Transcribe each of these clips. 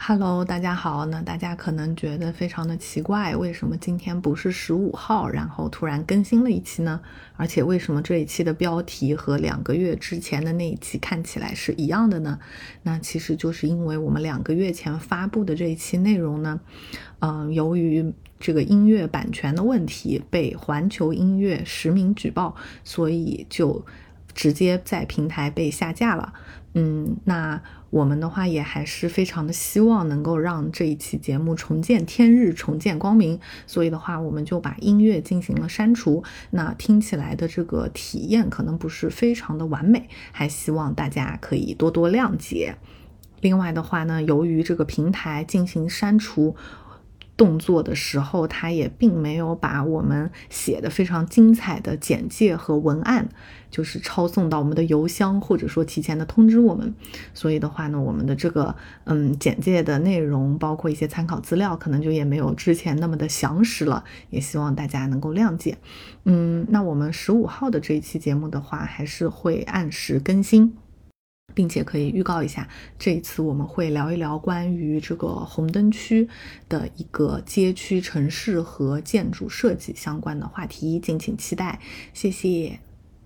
Hello，大家好。那大家可能觉得非常的奇怪，为什么今天不是15号，然后突然更新了一期呢？而且为什么这一期的标题和2个月之前的那一期看起来是一样的呢？那其实就是因为我们2个月前发布的这一期内容呢，由于这个音乐版权的问题被环球音乐实名举报，所以就直接在平台被下架了。那我们的话也还是非常的希望能够让这一期节目重见天日，重见光明，所以的话我们就把音乐进行了删除。那听起来的这个体验可能不是非常的完美，还希望大家可以多多谅解。另外的话呢，由于这个平台进行删除动作的时候，它也并没有把我们写的非常精彩的简介和文案就是抄送到我们的邮箱，或者说提前的通知我们，所以的话呢，我们的这个简介的内容包括一些参考资料可能就也没有之前那么的详实了，也希望大家能够谅解。那我们15号的这一期节目的话还是会按时更新，并且可以预告一下，这一次我们会聊一聊关于这个红灯区的一个街区城市和建筑设计相关的话题，敬请期待，谢谢。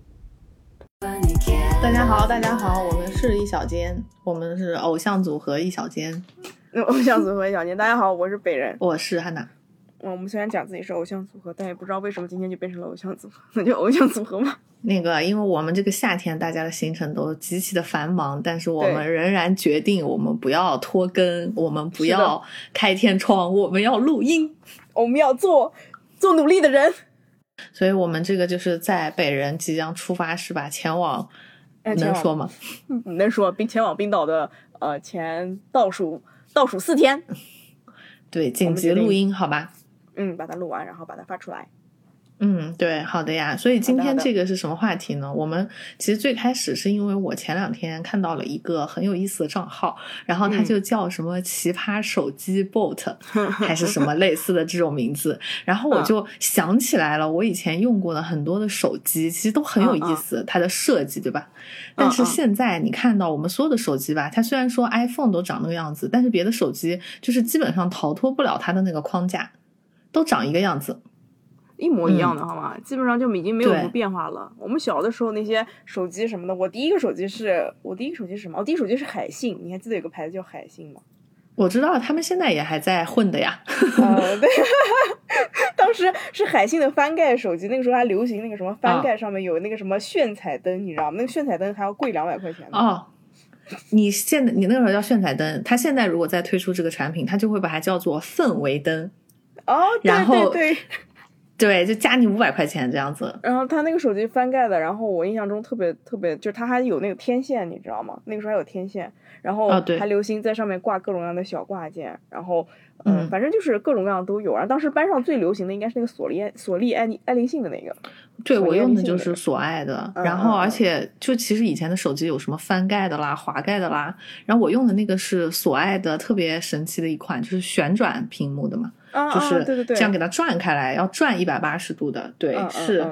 大家好，我们是一小间，我们是偶像组合一小间。 偶像组合一小间，大家好，我是北人， 我是汉娜。 我们虽然讲自己是偶像组合，但也不知道为什么今天就变成了偶像组合，那就偶像组合嘛。 因为我们这个夏天大家的行程都极其的繁忙，但是我们仍然决定我们不要拖更，我们不要开天窗，我们要录音， 我们要做努力的人。 所以我们这个就是在北人即将出发是吧？前往能说吗？ 能说，并前往冰岛的前倒数4天。 对，紧急录音好吧？ 把它录完，然后把它发出来。 对，好的呀。所以今天这个是什么话题呢？我们其实最开始是因为我前2天看到了一个很有意思的账号，然后它就叫什么奇葩手机 bot 还是什么类似的这种名字，然后我就想起来了，我以前用过的很多的手机其实都很有意思，它的设计对吧？但是现在你看到我们所有的手机吧，它虽然说 iPhone 都长那个样子，但是别的手机就是基本上逃脱不了它的那个框架，都长一个样子， 一模一样的好吗？基本上就已经没有什么变化了。我们小的时候那些手机什么的，我第一个手机是什么？我第一个手机是海信，你还记得有个牌子叫海信吗？ 我知道他们现在也还在混的呀。 对，当时是海信的翻盖手机，那个时候还流行那个什么翻盖上面有那个什么炫彩灯，你知道吗？那个炫彩灯还要贵200块钱呢。 你那个时候叫炫彩灯，他现在如果再推出这个产品，他就会把它叫做氛围灯。然后对，就加你500块钱这样子。 然后他那个手机翻盖的，然后我印象中特别，就是他还有那个天线，你知道吗？那个时候还有天线，然后还流行在上面挂各种各样的小挂件，然后反正就是各种各样都有。然后当时班上最流行的应该是那个索利爱立信的那个。 对，我用的就是索爱的。然后而且就其实以前的手机有什么翻盖的啦、滑盖的啦，然后我用的那个是索爱的特别神奇的一款，就是旋转屏幕的嘛。就是这样给它转开来，要转180度的。对，是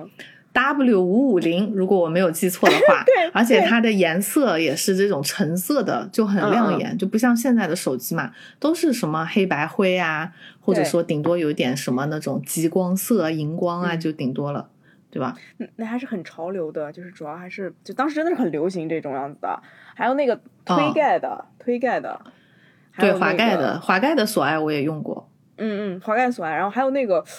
W550 如果我没有记错的话。而且它的颜色也是这种橙色的，就很亮眼，就不像现在的手机嘛，都是什么黑白灰啊，或者说顶多有点什么那种极光色、荧光啊，就顶多了，对吧？ 那还是很潮流的，就是主要还是就当时真的是很流行这种样子的。还有那个推盖的， 对，滑盖的索爱我也用过。 滑盖索爱，然后还有那个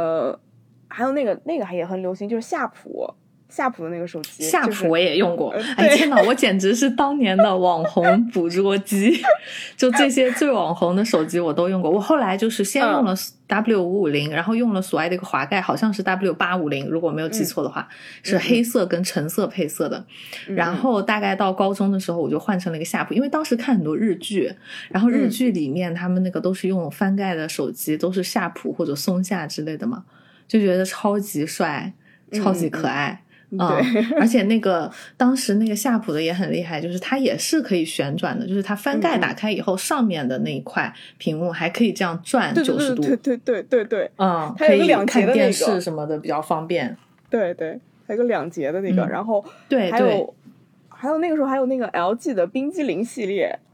还也很流行，就是夏普的那个手机， 夏普我也用过。天哪，我简直是当年的网红捕捉机，就这些最网红的手机我都用过。我后来就是先用了 W550，然后用了索爱的一个滑盖，好像是 W850，如果没有记错的话，是黑色跟橙色配色的。然后大概到高中的时候，我就换成了一个夏普，因为当时看很多日剧，然后日剧里面他们那个都是用翻盖的手机，都是夏普或者松下之类的嘛，就觉得超级帅，超级可爱。而且那个当时那个夏普的也很厉害，就是它也是可以旋转的，就是它翻盖打开以后，上面的那一块屏幕还可以这样转90度。 对， 可以看电视什么的比较方便。 对，还有个2节的那个，然后对， 还有那个时候还有那个 LG 的冰激凌系列，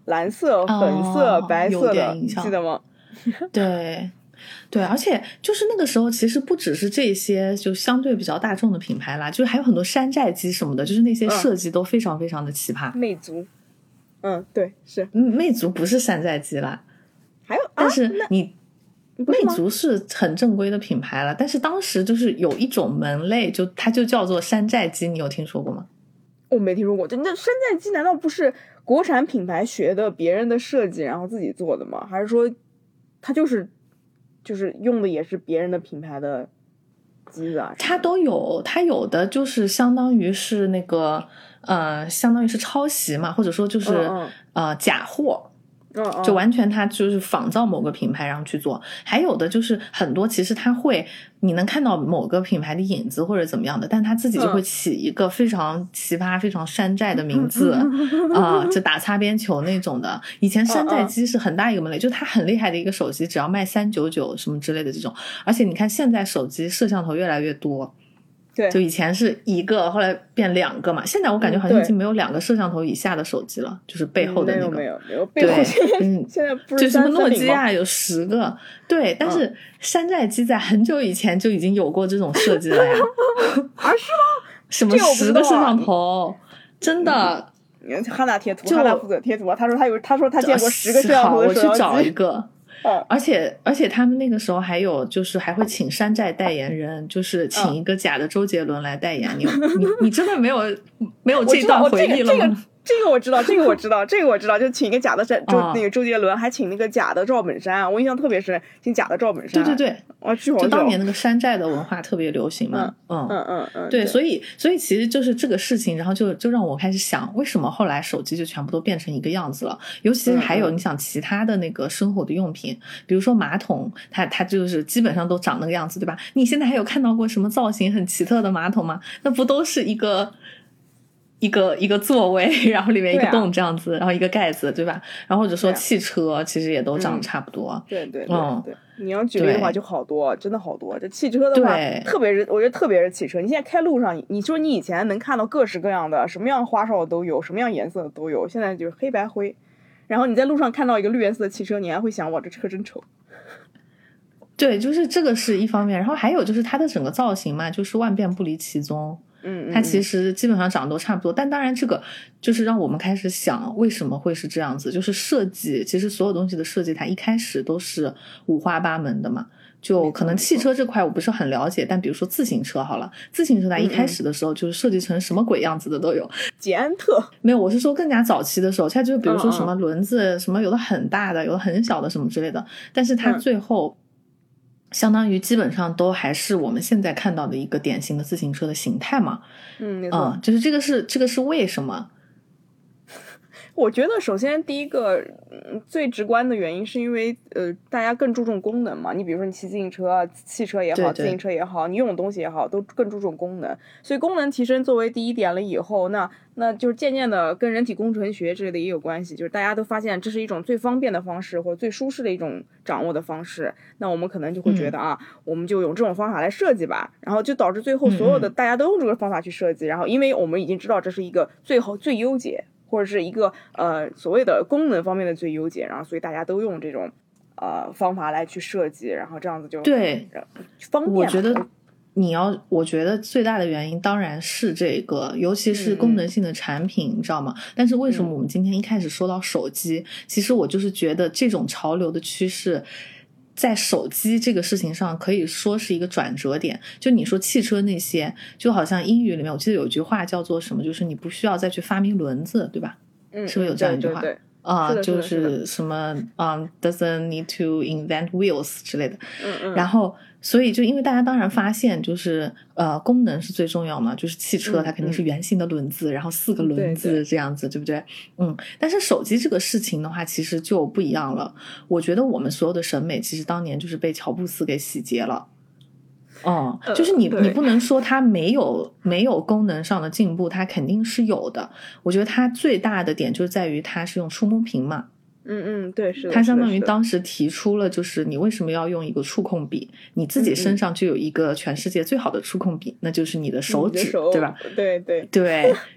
蓝色、粉色、白色的，你记得吗？ 对对，而且就是那个时候其实不只是这些就相对比较大众的品牌啦，就是还有很多山寨机什么的，就是那些设计都非常非常的奇葩。 魅族，对，是魅族不是山寨机啦， 还有但是魅族是很正规的品牌了，但是当时就是有一种门类，它就叫做山寨机，你有听说过吗？ 我没听说过。那山寨机难道不是国产品牌学的别人的设计然后自己做的吗？还是说它就是用的也是别人的品牌的机子啊？ 它都有，它有的就是相当于是那个相当于是抄袭嘛，或者说就是假货。就完全它就是仿造某个品牌然后去做，还有的就是很多其实它会你能看到某个品牌的影子或者怎么样的，但它自己就会起一个非常奇葩非常山寨的名字就打擦边球那种的。以前山寨机是很大一个门类，就它很厉害的一个手机只要卖399什么之类的这种，而且你看现在手机摄像头越来越多， 对， 就以前是一个后来变2个嘛，现在我感觉好像已经没有2个摄像头以下的手机了，就是背后的那个没有背后现在不是就什么诺基亚有10个，对，但是山寨机在很久以前就已经有过这种设计了呀。 啊，是吗？ 什么10个摄像头，真的。 哈娜贴图，哈娜负责贴图啊，他说他见过10个摄像头的手机， 我去找一个。而且他们那个时候还有就是还会请山寨代言人，就是请一个假的周杰伦来代言。你真的没有这段回忆了吗？ 这个我知道，就请一个假的那个周杰伦，还请那个假的赵本山，我印象特别深，请假的赵本山。 对，就当年那个山寨的文化特别流行嘛。对，所以其实就是这个事情，然后就让我开始想，为什么后来手机就全部都变成一个样子了？尤其是还有你想其他的那个生活的用品，比如说马桶，它就是基本上都长那个样子，对吧？你现在还有看到过什么造型很奇特的马桶吗？那不都是一个座位，然后里面一个洞这样子，然后一个盖子，对吧？然后或者说汽车其实也都长得差不多。 对，你要举例的话就好多，真的好多。这汽车的话，我觉得特别是汽车，你现在开路上，你说你以前能看到各式各样的，什么样花哨的都有，什么样颜色的都有，现在就是黑白灰。然后你在路上看到一个绿颜色的汽车，你还会想，哇，这车真丑。 对，就是这个是一方面，然后还有就是它的整个造型嘛，就是万变不离其宗。它其实基本上长得都差不多，但当然这个就是让我们开始想为什么会是这样子，就是设计，其实所有东西的设计它一开始都是五花八门的嘛。就可能汽车这块我不是很了解，但比如说自行车好了，自行车它一开始的时候就是设计成什么鬼样子的都有。 捷安特没有，我是说更加早期的时候，它就比如说什么轮子什么有的很大的有的很小的什么之类的，但是它最后相当于基本上都还是我们现在看到的一个典型的自行车的形态嘛。 没错。 就是这个是为什么？ 我觉得首先第一个最直观的原因是因为大家更注重功能嘛。你比如说你骑自行车、汽车也好，自行车也好，你用的东西也好，都更注重功能。所以功能提升作为第一点了以后，那就是渐渐的跟人体工程学之类的也有关系，就是大家都发现这是一种最方便的方式或者最舒适的一种掌握的方式，那我们可能就会觉得我们就用这种方法来设计吧，然后就导致最后所有的大家都用这个方法去设计，然后因为我们已经知道这是一个最优解，或者是一个所谓的功能方面的最优解，然后所以大家都用这种方法来去设计，然后这样子就对方便。 我觉得最大的原因当然是这个，尤其是功能性的产品，你知道吗？但是为什么我们今天一开始说到手机，其实我就是觉得这种潮流的趋势在手机这个事情上可以说是一个转折点。就你说汽车那些，就好像英语里面我记得有一句话叫做什么，就是你不需要再去发明轮子，对吧？是不是有这样一句话？ 对就是什么doesn't need to invent wheels 之类的。然后所以就因为大家当然发现就是功能是最重要嘛，就是汽车它肯定是圆形的轮子，然后4个轮子这样子，对不对？但是手机这个事情的话其实就不一样了。我觉得我们所有的审美其实当年就是被乔布斯给洗劫了。就是你不能说它没有功能上的进步，它肯定是有的。我觉得它最大的点就是在于它是用触摸屏嘛。 对，是的。 它相当于当时提出了，就是你为什么要用一个触控笔？你自己身上就有一个全世界最好的触控笔，那就是你的手指，对吧？ 对。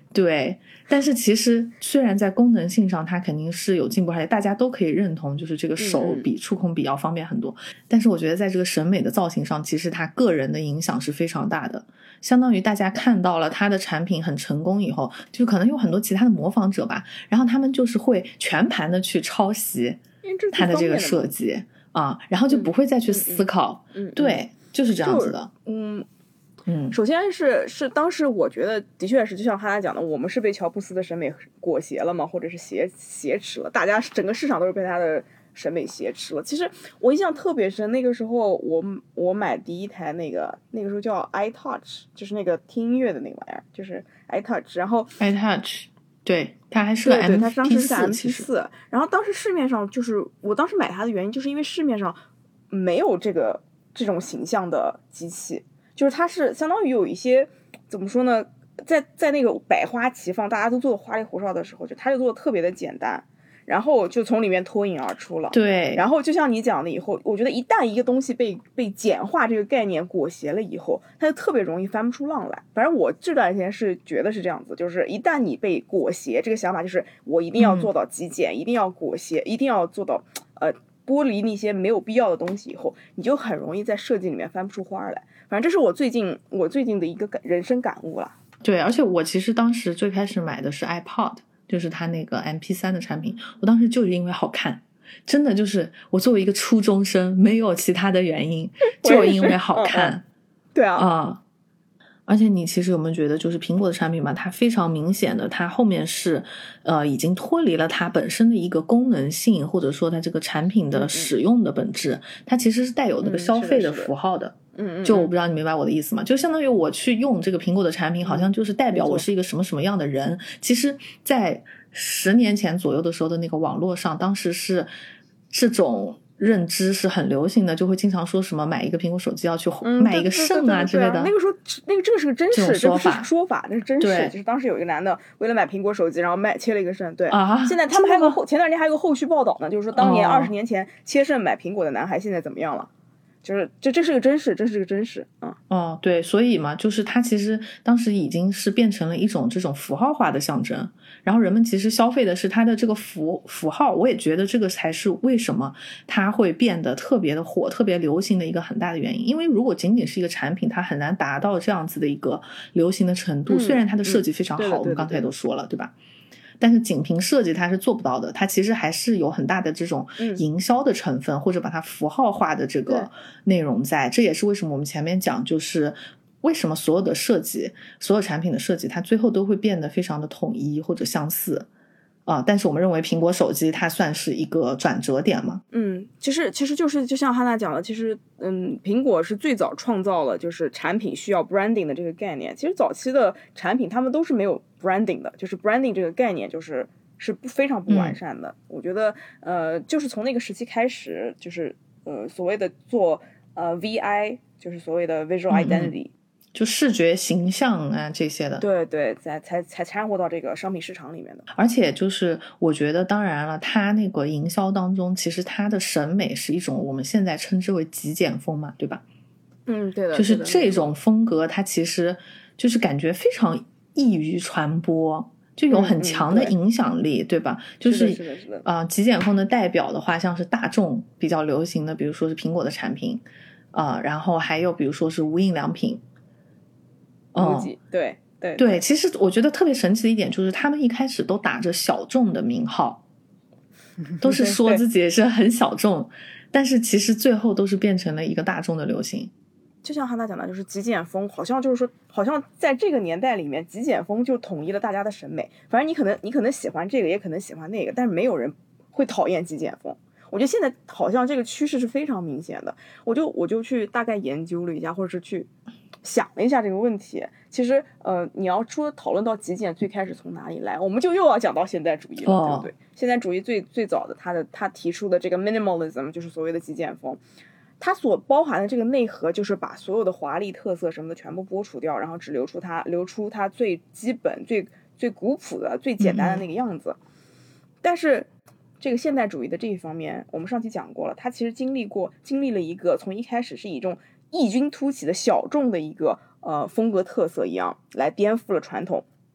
对，但是其实虽然在功能性上它肯定是有进步，而且大家都可以认同，就是这个手比触控笔要方便很多，但是我觉得在这个审美的造型上，其实它个人的影响是非常大的。相当于大家看到了它的产品很成功以后，就可能有很多其他的模仿者吧，然后他们就是会全盘的去抄袭它的这个设计啊，然后就不会再去思考。对，就是这样子的。 首先是当时我觉得的确是就像他讲的，我们是被乔布斯的审美裹挟了嘛，或者是挟持了，大家整个市场都是被他的审美挟持了。其实我印象特别深，那个时候我买第一台那个时候叫 iTouch， 就是那个听音乐的那个玩意儿，就是 iTouch， 然后 iTouch 对，它还是个 MP4， 对，它当时是 MP4， 然后当时市面上就是我当时买它的原因，就是因为市面上没有这种形象的机器。就是它是相当于有一些怎么说呢，在那个百花齐放，大家都做的花里胡哨的时候，它就做的特别的简单，然后就从里面脱颖而出了。 对， 然后就像你讲的，以后我觉得一旦一个东西被简化这个概念裹挟了以后，它就特别容易翻不出浪来。反正我这段时间是觉得是这样子，就是一旦你被裹挟，这个想法就是我一定要做到极简，一定要裹挟，一定要做到剥离那些没有必要的东西以后，你就很容易在设计里面翻不出花来。反正这是我最近的一个人生感悟了。 对，而且我其实当时最开始买的是 iPod， 就是它那个 MP3 的产品，我当时就是因为好看，真的就是我作为一个初中生，没有其他的原因，就因为好看。 对啊。 而且你其实有没有觉得，就是苹果的产品吧，它非常明显的，它后面是已经脱离了它本身的一个功能性，或者说它这个产品的使用的本质，它其实是带有那个消费的符号的。就我不知道你明白我的意思吗？就相当于我去用这个苹果的产品，好像就是代表我是一个什么什么样的人。其实在10年前左右的时候的那个网络上，当时是这种认知是很流行的，就会经常说什么买一个苹果手机要去卖一个肾啊之类的。 那个时候这个是个真事， 这不是说法，这是真事。就是当时有一个男的为了买苹果手机，然后切了一个肾。对啊， 现在他们前段时间还有个后续报道呢，就是说当年20年前切肾买苹果的男孩现在怎么样了。就是这是个真事， 对，所以嘛，就是它其实当时已经是变成了一种这种符号化的象征，然后人们其实消费的是它的这个符号。我也觉得这个才是为什么它会变得特别的火、特别流行的一个很大的原因。因为如果仅仅是一个产品，它很难达到这样子的一个流行的程度。虽然它的设计非常好，我们刚才也都说了，对吧？但是仅凭设计它是做不到的，它其实还是有很大的这种营销的成分，或者把它符号化的这个内容在。这也是为什么我们前面讲，就是为什么所有的设计，所有产品的设计，它最后都会变得非常的统一或者相似但是我们认为苹果手机它算是一个转折点嘛。 其实就是就像哈娜讲的，其实苹果是最早创造了就是产品需要 branding 的这个概念。其实早期的产品他们都是没有 branding 的，就是 branding 这个概念是非常不完善的。我觉得就是从那个时期开始，就是所谓的做VI， 就是所谓的 visual identity， 就视觉形象啊这些的。 对，才掺和到这个商品市场里面的。 而且就是我觉得当然了，它那个营销当中，其实它的审美是一种我们现在称之为极简风嘛，对吧？ 对的。 就是这种风格它其实就是感觉非常易于传播，就有很强的影响力，对吧？就是极简风的代表的话，像是大众比较流行的，比如说是苹果的产品然后还有比如说是无印良品。对，其实我觉得特别神奇的一点就是他们一开始都打着小众的名号，都是说自己是很小众，但是其实最后都是变成了一个大众的流行。 就像哈娜讲的，就是极简风，好像就是说，好像在这个年代里面，极简风就统一了大家的审美。反正你可能喜欢这个，也可能喜欢那个，但是没有人会讨厌极简风。我觉得现在好像这个趋势是非常明显的。我就去大概研究了一下，或者是去想了一下这个问题。其实你要说讨论到极简最开始从哪里来，我们就又要讲到现代主义了，对不对？现代主义最早的他提出的这个 minimalism 就是所谓的极简风。它所包含的这个内核就是把所有的华丽特色什么的全部剥除掉，然后只留出它最基本最古朴的最简单的那个样子。但是这个现代主义的这一方面，我们上期讲过了，它其实经历了一个从一开始是以一种异军突起的小众的一个风格特色一样来颠覆了传统。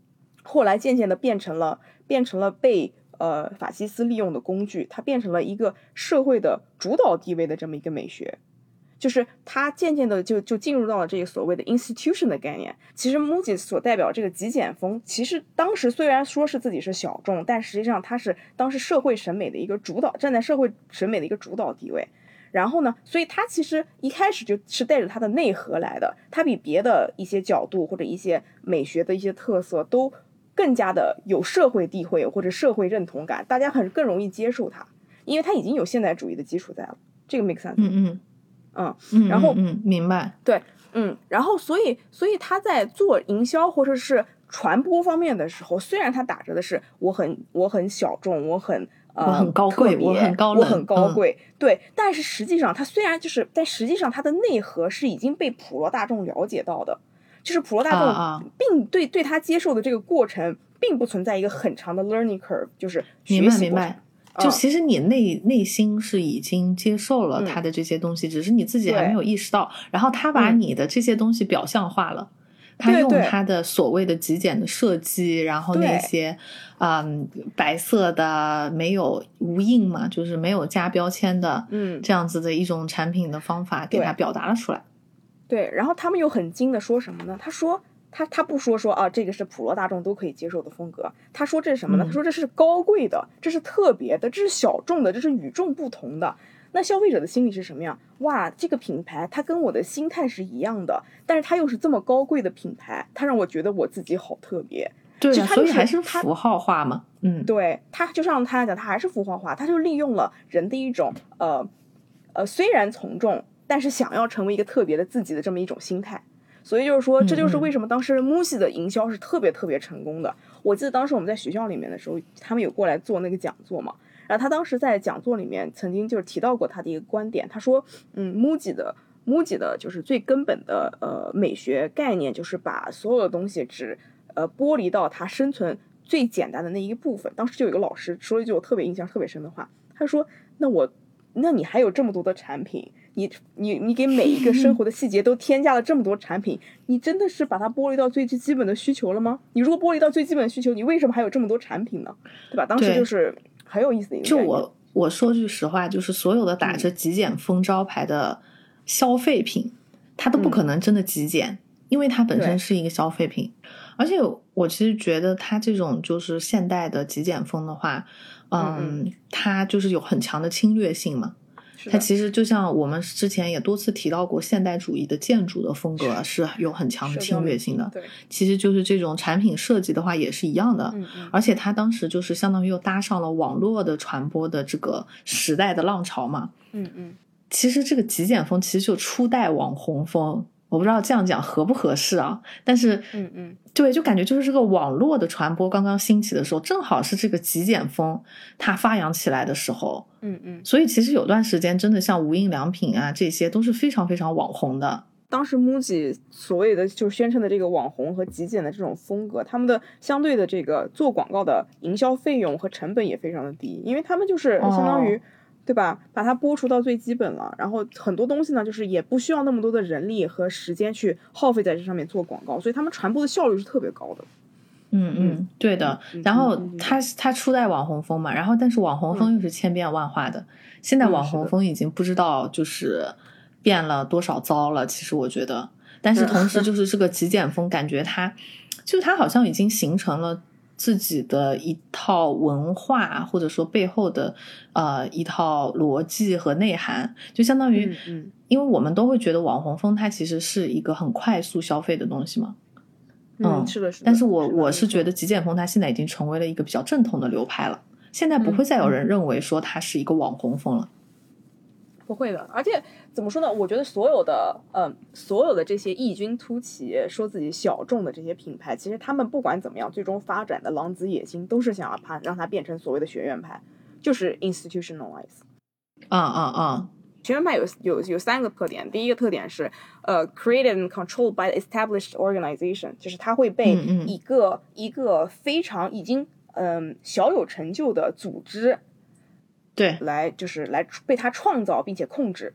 后来渐渐的变成了被法西斯利用的工具，它变成了一个社会的主导地位的这么一个美学。就是它渐渐的就进入到了这个所谓的 institution 的概念。其实 MUJI 所代表这个极简风，其实当时虽然说是自己是小众，但实际上它是当时社会审美的一个主导，站在社会审美的一个主导地位。然后呢，所以它其实一开始就是带着它的内核来的，它比别的一些角度或者一些美学的一些特色都更加的有社会地位或者社会认同感，大家更容易接受它，因为它已经有现代主义的基础在了。这个 make sense。然后明白。 对，然后所以他在做营销或者是传播方面的时候，虽然他打着的是我很小众，我很高贵，我很高冷， 我很高贵，对，但是实际上他虽然但实际上他的内核是已经被普罗大众了解到的，就是普罗大众并对他接受的这个过程并不存在一个很长的 learning curve， 就是学习过程。 就其实你内心是已经接受了他的这些东西，只是你自己还没有意识到，然后他把你的这些东西表象化了，他用他的所谓的极简的设计，然后那些白色的没有无印嘛，就是没有加标签的这样子的一种产品的方法给他表达了出来。 对，然后他们又很精的说什么呢？他说他不说这个是普罗大众都可以接受的风格，他说这是什么呢？他说这是高贵的，这是特别的，这是小众的，这是与众不同的。那消费者的心理是什么样？哇，这个品牌它跟我的心态是一样的，但是它又是这么高贵的品牌，它让我觉得我自己好特别。 对，所以还是符号化嘛。 对，它就像他讲，它还是符号化，它就利用了人的一种虽然从众，但是想要成为一个特别的自己的这么一种心态。所以就是说，这就是为什么当时 MUJI 的营销是特别特别成功的。我记得当时我们在学校里面的时候，他们有过来做那个讲座嘛，然后他当时在讲座里面曾经就是提到过他的一个观点，他说MUJI 的就是最根本的美学概念就是把所有的东西只剥离到它生存最简单的那一部分。当时就有一个老师说了一句我特别印象特别深的话，他说那你还有这么多的产品，你给每一个生活的细节都添加了这么多产品，你真的是把它剥离到最基本的需求了吗？你如果剥离到最基本的需求，你为什么还有这么多产品呢？对吧？当时就是很有意思的一个概念。 就我说句实话，就是所有的打着极简风招牌的消费品，它都不可能真的极简，因为它本身是一个消费品。而且我其实觉得它这种就是现代的极简风的话，它就是有很强的侵略性嘛。它其实就像我们之前也多次提到过，现代主义的建筑的风格是有很强的侵略性的。 对， 其实就是这种产品设计的话也是一样的。而且它当时就是相当于又搭上了网络的传播的这个时代的浪潮嘛。其实这个极简风其实就初代网红风，我不知道这样讲合不合适啊，但是对，就感觉就是这个网络的传播刚刚兴起的时候，正好是这个极简风它发扬起来的时候。所以其实有段时间真的像无印良品啊，这些都是非常非常网红的。 当时 MUJI 所谓的就宣称的这个网红和极简的这种风格，他们的相对的这个做广告的营销费用和成本也非常的低，因为他们就是相当于对吧，把它剥除到最基本了，然后很多东西呢就是也不需要那么多的人力和时间去耗费在这上面做广告，所以他们传播的效率是特别高的。 对的。然后他初代网红风嘛，然后但是网红风又是千变万化的，现在网红风已经不知道就是变了多少糟了，其实我觉得。但是同时就是这个极简风感觉它好像已经形成了自己的一套文化，或者说背后的一套逻辑和内涵，就相当于因为我们都会觉得网红风它其实是一个很快速消费的东西嘛。 是的。 但是我是觉得极简风它现在已经成为了一个比较正统的流派了，现在不会再有人认为说它是一个网红风了。 不会的。而且怎么说呢，我觉得所有的这些异军突起说自己小众的这些品牌，其实他们不管怎么样最终发展的狼子野心都是想要让它变成所谓的学院派，就是 institutionalize。学院派有三个特点。第一个特点是created and controlled by the established organization， 就是它会被一个非常已经小有成就的组织对来被它创造并且控制。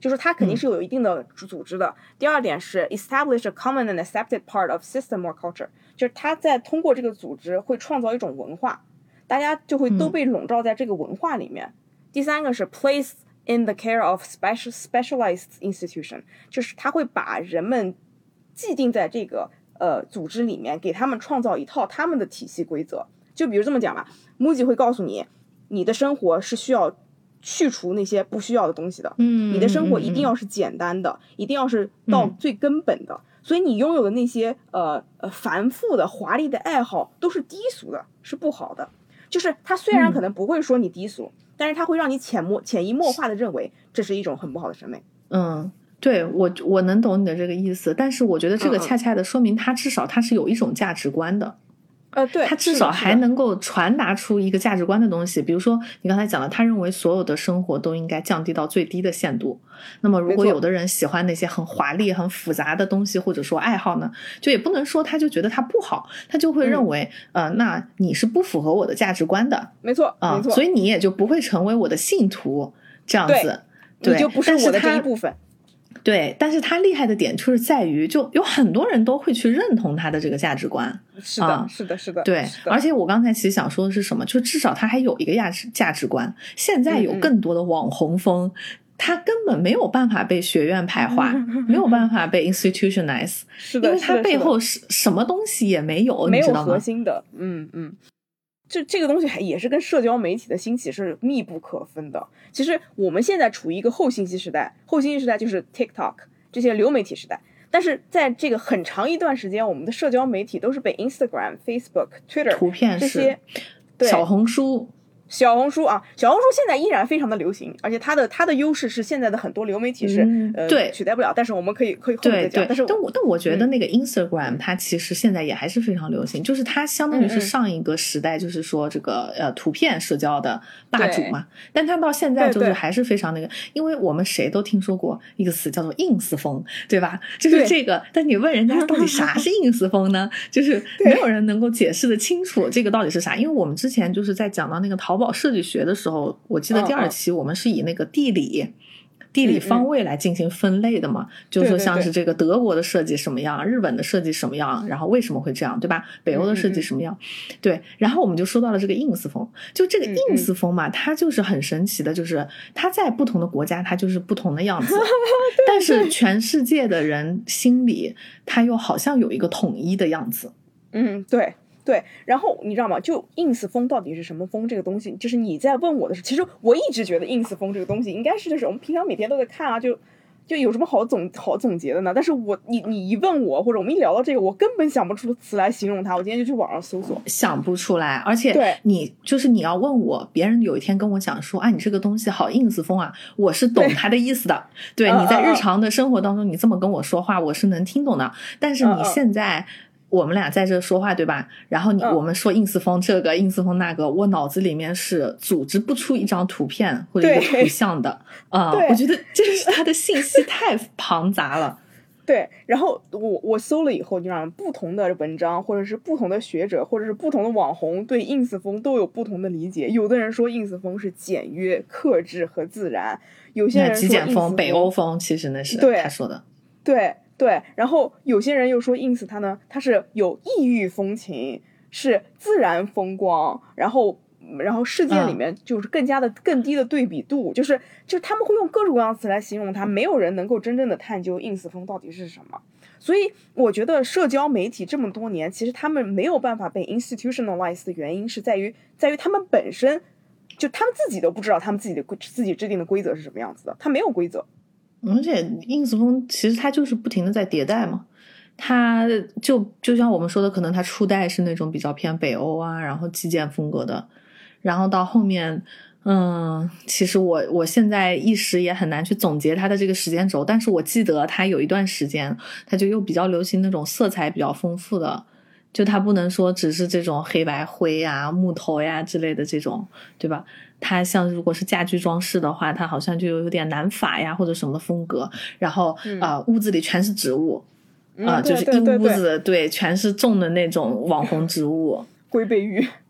就是它肯定是有一定的组织的。第二点是 establish a common and accepted part of system or culture， 就是它在通过这个组织会创造一种文化，大家就会都被笼罩在这个文化里面。第三个是 place in the care of specialized institution， 就是它会把人们既定在这个组织里面，给他们创造一套他们的体系规则。就比如这么讲吧， MUJI 会告诉你，你的生活是需要去除那些不需要的东西的，你的生活一定要是简单的，一定要是到最根本的，所以你拥有的那些繁复的华丽的爱好都是低俗的，是不好的。就是他虽然可能不会说你低俗，但是他会让你潜移默化的认为这是一种很不好的审美。 对，我能懂你的这个意思，但是我觉得这个恰恰的说明他至少他是有一种价值观的。 对， 他至少还能够传达出一个价值观的东西。比如说你刚才讲的，他认为所有的生活都应该降低到最低的限度。那么如果有的人喜欢那些很华丽很复杂的东西，或者说爱好呢，就也不能说他就觉得他不好，他就会认为那你是不符合我的价值观的。 没错，没错， 所以你也就不会成为我的信徒，这样子。对， 你就不是我的这一部分。 对，但是他厉害的点就是在于，就有很多人都会去认同他的这个价值观。 是的，是的，是的。 对，而且我刚才其实想说的是什么，就至少他还有一个价值观。现在有更多的网红风，他根本没有办法被学院派化，没有办法被 institutionalize， 是的， 因为他背后什么东西也没有， 没有你知道吗？ 核心的。这个东西也是跟社交媒体的兴起是密不可分的。其实我们现在处于一个后信息时代，后信息时代就是 TikTok 这些流媒体时代，但是在这个很长一段时间，我们的社交媒体都是被 Instagram、Facebook、Twitter 图片这些小红书小红书现在依然非常的流行，而且它的优势是现在的很多流媒体是对取代不了，但是我们可以后面再讲。 但我觉得那个 Instagram 它其实现在也还是非常流行，就是它相当于是上一个时代就是说这个图片社交的霸主嘛，但它到现在就是还是非常那个，因为我们谁都听说过一个词叫做 ins 风，对吧？就是这个，但你问人家到底啥是 ins 风呢？就是没有人能够解释得清楚这个到底是啥。因为我们之前就是在讲到那个淘宝设计学的时候，我记得第2期我们是以那个地理方位来进行分类的嘛，就是说像是这个德国的设计什么样，日本的设计什么样，然后为什么会这样，对吧？北欧的设计什么样，对。然后我们就说到了这个 ins 风，就这个 ins 风嘛，它就是很神奇的，就是它在不同的国家它就是不同的样子，但是全世界的人心里它又好像有一个统一的样子。 对，然后你知道吗？就 ins 风到底是什么风这个东西，就是你在问我的时候，其实我一直觉得 ins 风这个东西应该是就是我们平常每天都在看啊，就有什么好总结的呢？但是你一问我，或者我们一聊到这个，我根本想不出词来形容它。我今天就去网上搜索， 想不出来。而且你要问我，别人有一天跟我讲说你这个东西好 ins 风啊，我是懂他的意思的。对，你在日常的生活当中，你这么跟我说话，我是能听懂的。但是你现在我们俩在这说话，对吧？然后我们说 ins 风这个 ins 风那个，我脑子里面是组织不出一张图片或者一个图像的我觉得这是它的信息太庞杂了。 对，然后我搜了以后，就让不同的文章或者是不同的学者或者是不同的网红对 ins 风都有不同的理解。有的人说 ins 风是简约、克制和自然，有些人说极简风、北欧风，其实那是他说的。 对，然后有些人又说 ins 它是有异域风情，是自然风光，然后世界里面就是更低的对比度，就是他们会用各种各样的词来形容它，没有人能够真正的探究 ins 风到底是什么。所以我觉得社交媒体这么多年，其实他们没有办法被 institutionalize 的原因是在于他们本身就他们自己都不知道他们自己制定的规则是什么样子的，它没有规则。 而且 ins 风其实它就是不停的在迭代嘛，它就像我们说的，可能它初代是那种比较偏北欧啊，然后极简风格的，然后到后面其实我现在一时也很难去总结它的这个时间轴，但是我记得它有一段时间它就又比较流行那种色彩比较丰富的，就它不能说只是这种黑白灰啊、木头呀之类的这种，对吧？它像如果是家居装饰的话，它好像就有点南法呀或者什么的风格，然后屋子里全是植物就是一屋子对全是种的那种网红植物， 龟背芋。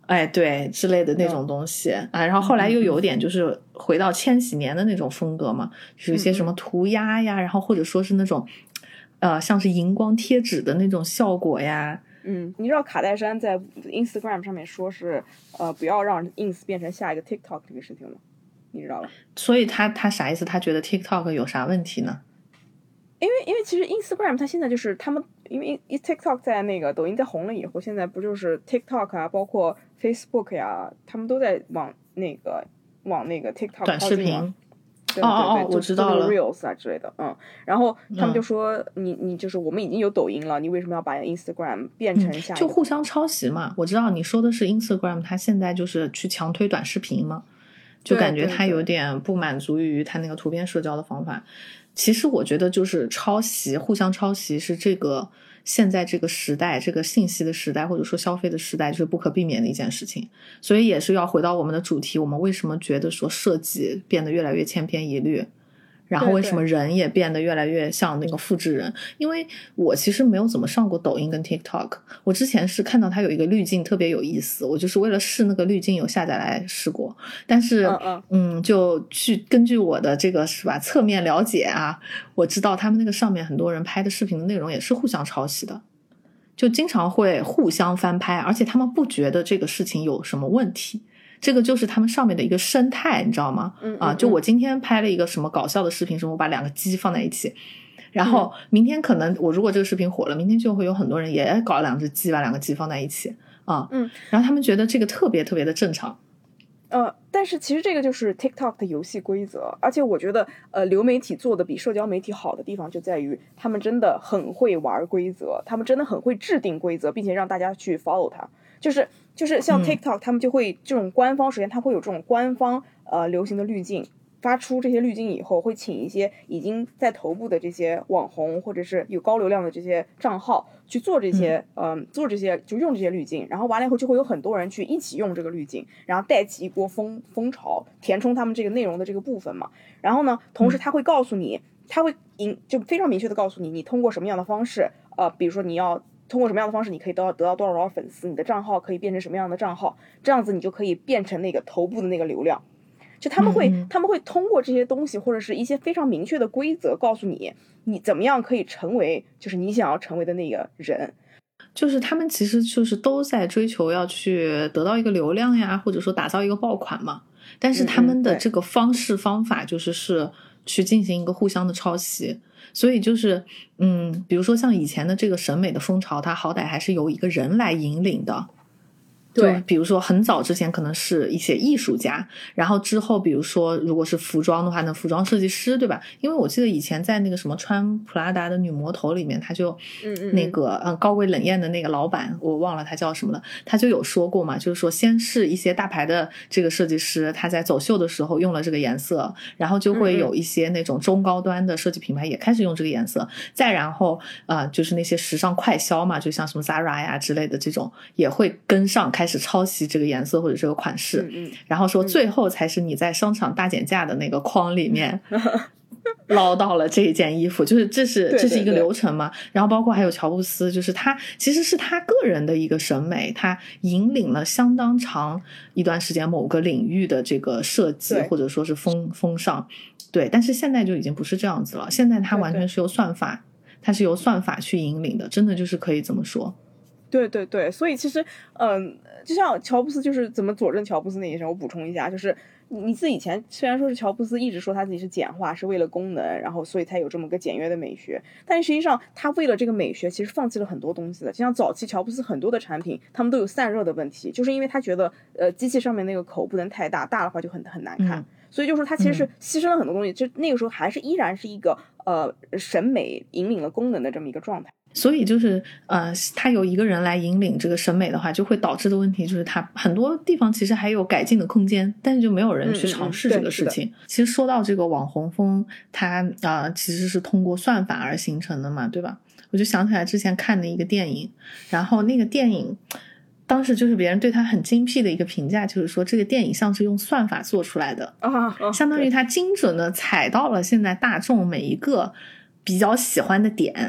哎，对之类的那种东西啊，然后后来又有点就是回到千禧年的那种风格嘛，就是一些什么涂鸦呀，然后或者说是那种像是荧光贴纸的那种效果呀。 你知道卡戴珊在 Instagram 上面说是不要让 ins 变成下一个 TikTok 这个事情吗？你知道吧？ 所以他啥意思？他觉得 TikTok 有啥问题呢？ 因为其实 Instagram 它现在就是他们，因为 TikTok 在那个抖音在红了以后，现在不就是 TikTok 啊，包括 Facebook 呀，他们都在往那个 TikTok 短视频。 对， 我知道了 ，Reels 啊之类的，然后他们就说你就是我们已经有抖音了，你为什么要把 Instagram 变成下一个？ 就互相抄袭嘛。我知道你说的是 Instagram， 它现在就是去强推短视频嘛，就感觉它有点不满足于它那个图片社交的方法。其实我觉得就是抄袭，互相抄袭是这个现在这个时代，这个信息的时代或者说消费的时代就是不可避免的一件事情。所以也是要回到我们的主题，我们为什么觉得说设计变得越来越千篇一律，然后为什么人也变得越来越像那个复制人？因为我其实没有怎么上过抖音跟 TikTok， 我之前是看到它有一个滤镜特别有意思，我就是为了试那个滤镜有下载来试过，但是就去根据我的这个是吧侧面了解啊，我知道他们那个上面很多人拍的视频的内容也是互相抄袭的，就经常会互相翻拍，而且他们不觉得这个事情有什么问题。这个就是他们上面的一个生态，你知道吗？就我今天拍了一个什么搞笑的视频，什么我把两个鸡放在一起，然后明天可能我如果这个视频火了，明天就会有很多人也搞两只鸡，把两个鸡放在一起然后他们觉得这个特别特别的正常。 但是其实这个就是 TikTok 的游戏规则，而且我觉得流媒体做的比社交媒体好的地方就在于他们真的很会玩规则，他们真的很会制定规则，并且让大家去 follow 它。就是像 TikTok 他们就会这种官方，首先它会有这种官方流行的滤镜，发出这些滤镜以后会请一些已经在头部的这些网红或者是有高流量的这些账号去做这些就用这些滤镜，然后完了以后就会有很多人去一起用这个滤镜，然后带起一波风潮，填充他们这个内容的这个部分嘛。然后呢，同时他会告诉你，他会就非常明确的告诉你，你通过什么样的方式比如说你要通过什么样的方式你可以得到多少粉丝，你的账号可以变成什么样的账号，这样子你就可以变成那个头部的那个流量。就他们会通过这些东西或者是一些非常明确的规则告诉你怎么样可以成为就是你想要成为的那个人。 就是他们其实就是都在追求要去得到一个流量呀，或者说打造一个爆款嘛，但是他们的这个方式方法是去进行一个互相的抄袭。所以就是比如说像以前的这个审美的风潮，它好歹还是由一个人来引领的。对，比如说很早之前可能是一些艺术家，然后之后比如说如果是服装的话呢，服装设计师，对吧？因为我记得以前在那个什么穿普拉达的女魔头里面，他就那个高贵冷艳的那个老板，我忘了他叫什么了，他就有说过嘛，就是说先是一些大牌的这个设计师他在走秀的时候用了这个颜色，然后就会有一些那种中高端的设计品牌也开始用这个颜色，再然后就是那些时尚快销嘛，就像什么 Zara 呀之类的这种也会跟上开始抄袭这个颜色或者这个款式，然后说最后才是你在商场大减价的那个框里面捞到了这一件衣服，就是这是一个流程嘛。然后包括还有乔布斯，就是他其实是他个人的一个审美，他引领了相当长一段时间某个领域的这个设计或者说是风尚。对，但是现在就已经不是这样子了，现在它完全是由算法，它是由算法去引领的，真的就是可以这么说。 对，所以其实就像乔布斯，就是怎么佐证乔布斯那一生，我补充一下，就是你自己以前虽然说是乔布斯一直说他自己是简化，是为了功能，然后所以才有这么个简约的美学，但实际上他为了这个美学其实放弃了很多东西的。就像早期乔布斯很多的产品他们都有散热的问题，就是因为他觉得机器上面那个口不能太大，大的话就很难看，所以就是他其实是牺牲了很多东西，就那个时候还是依然是一个审美引领了功能的这么一个状态。 所以就是他由一个人来引领这个审美的话，就会导致的问题就是他很多地方其实还有改进的空间，但是就没有人去尝试这个事情。其实说到这个网红风，它其实是通过算法而形成的嘛，对吧？我就想起来之前看的一个电影，然后那个电影当时就是别人对他很精辟的一个评价，就是说这个电影像是用算法做出来的，相当于他精准的踩到了现在大众每一个比较喜欢的点。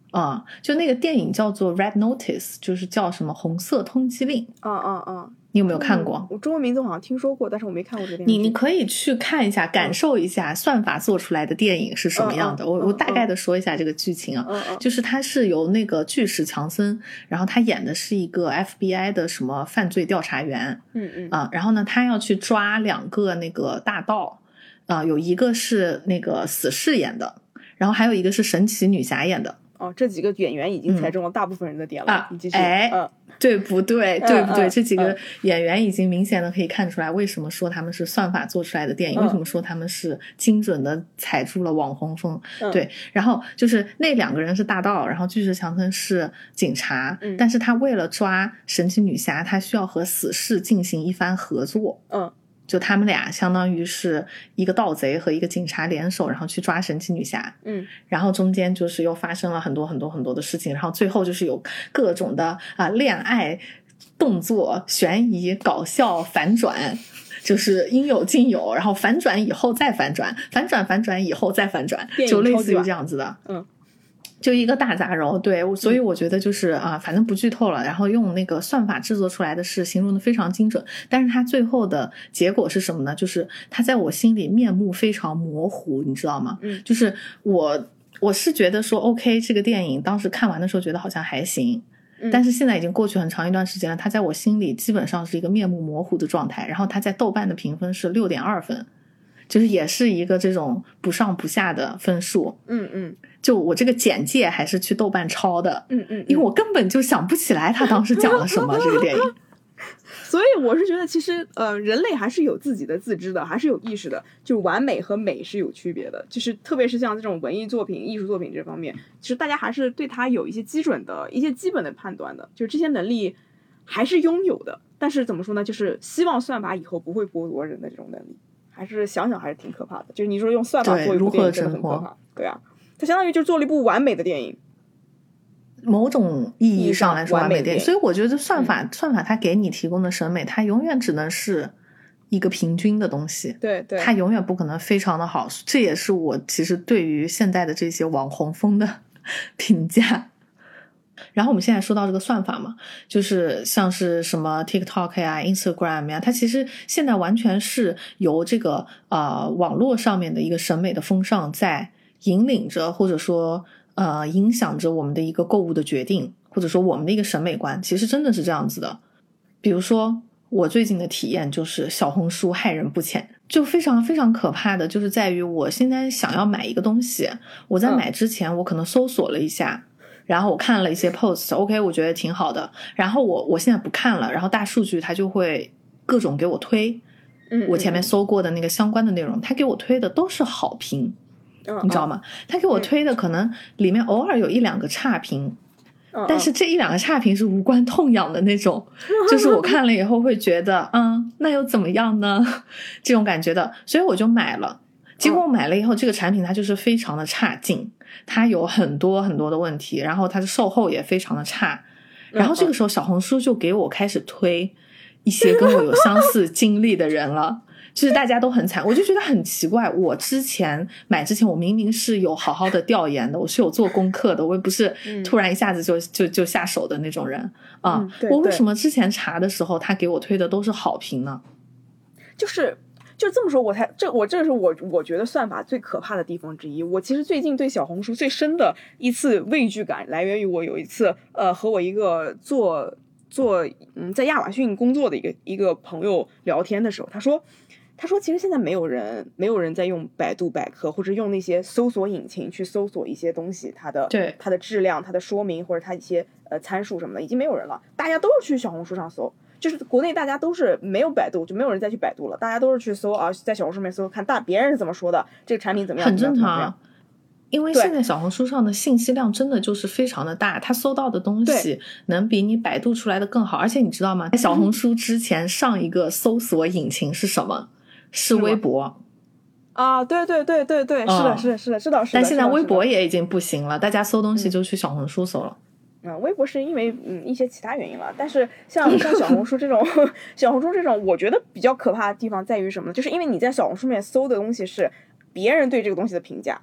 就那个电影叫做 Red Notice， 就是叫什么红色通缉令。你有没有看过？ 我中文名字好像听说过，但是我没看过这个电影。 你可以去看一下，感受一下算法做出来的电影是什么样的。我大概的说一下这个剧情啊，就是他是由那个巨石强森，然后他演的是一个 FBI 的什么犯罪调查员，然后呢，他要去抓2个那个大盗，有一个是那个死侍演的，然后还有一个是神奇女侠演的。 这几个演员已经猜中了大部分人的点了。你继续。 对不对？对不对？这几个演员已经明显的可以看出来，为什么说他们是算法做出来的电影，为什么说他们是精准的踩住了网红风。对，然后就是那2个人是大盗，然后巨石强森是警察，但是他为了抓神奇女侠，他需要和死侍进行一番合作。就他们俩相当于是一个盗贼和一个警察联手，然后去抓神奇女侠。然后中间就是又发生了很多很多很多的事情，然后最后就是有各种的恋爱、动作、悬疑、搞笑、反转，就是应有尽有，然后反转以后再反转，反转以后再反转，就类似于这样子的。就一个大杂糅。对，所以我觉得就是反正不剧透了，然后用那个算法制作出来的是形容的非常精准，但是它最后的结果是什么呢？就是它在我心里面目非常模糊，你知道吗？就是我是觉得说 OK， 这个电影当时看完的时候觉得好像还行，但是现在已经过去很长一段时间了，它在我心里基本上是一个面目模糊的状态。然后它在豆瓣的评分是 6.2 分，就是也是一个这种不上不下的分数。就我这个简介还是去豆瓣抄的。因为我根本就想不起来他当时讲了什么这个电影。 所以我是觉得其实人类还是有自己的自知的，还是有意识的，就是完美和美是有区别的，就是特别是像这种文艺作品、艺术作品这方面，其实大家还是对它有一些基本的判断的，就是这些能力还是拥有的。但是怎么说呢，就是希望算法以后不会剥夺人的这种能力，还是想想还是挺可怕的。就是你说用算法做一部电影真的很可怕。对啊，它相当于就做了一部完美的电影， 某种意义上来说完美电影。所以我觉得算法它给你提供的审美，它永远只能是一个平均的东西。 对， 它永远不可能非常的好。这也是我其实对于现在的这些网红风的评价。然后我们现在说到这个算法嘛，就是像是什么 TikTok 呀 Instagram 呀，它其实现在完全是由这个网络上面的一个审美的风尚在引领着，或者说影响着我们的一个购物的决定，或者说我们的一个审美观，其实真的是这样子的。比如说我最近的体验就是小红书害人不浅，就非常非常可怕的就是在于我现在想要买一个东西，我在买之前我可能搜索了一下，然后我看了一些 post OK 我觉得挺好的，然后我现在不看了，然后大数据它就会各种给我推我前面搜过的那个相关的内容，它给我推的都是好评，你知道吗？它给我推的可能里面偶尔有1-2个差评，但是这1-2个差评是无关痛痒的那种，就是我看了以后会觉得那又怎么样呢这种感觉的，所以我就买了。结果我买了以后这个产品它就是非常的差劲，它有很多很多的问题，然后它的售后也非常的差，然后这个时候小红书就给我开始推一些跟我有相似经历的人了就是大家都很惨，我就觉得很奇怪，我买之前我明明是有好好的调研的，我是有做功课的，我也不是突然一下子就下手的那种人我为什么之前查的时候他给我推的都是好评呢？ 就这么说，这是我觉得算法最可怕的地方之一。我其实最近对小红书最深的一次畏惧感来源于我有一次和我一个在亚马逊工作的一个朋友聊天的时候，他说其实现在没有人在用百度百科或者用那些搜索引擎去搜索一些东西，它的质量、它的说明或者它一些参数什么的，已经没有人了，大家都是去小红书上搜。就是国内大家都是没有百度，就没有人再去百度了，大家都是去搜在小红书上面搜看别人是怎么说的，这个产品怎么样， 很正常。因为现在小红书上的信息量真的就是非常的大，他搜到的东西能比你百度出来的更好。而且你知道吗，在小红书之前上一个搜索引擎是什么？是微博对，是的，知道。 但现在微博也已经不行了，大家搜东西就去小红书搜了。 微博是因为一些其他原因了，但是像小红书这种我觉得比较可怕的地方在于什么呢？就是因为你在小红书面搜的东西是别人对这个东西的评价，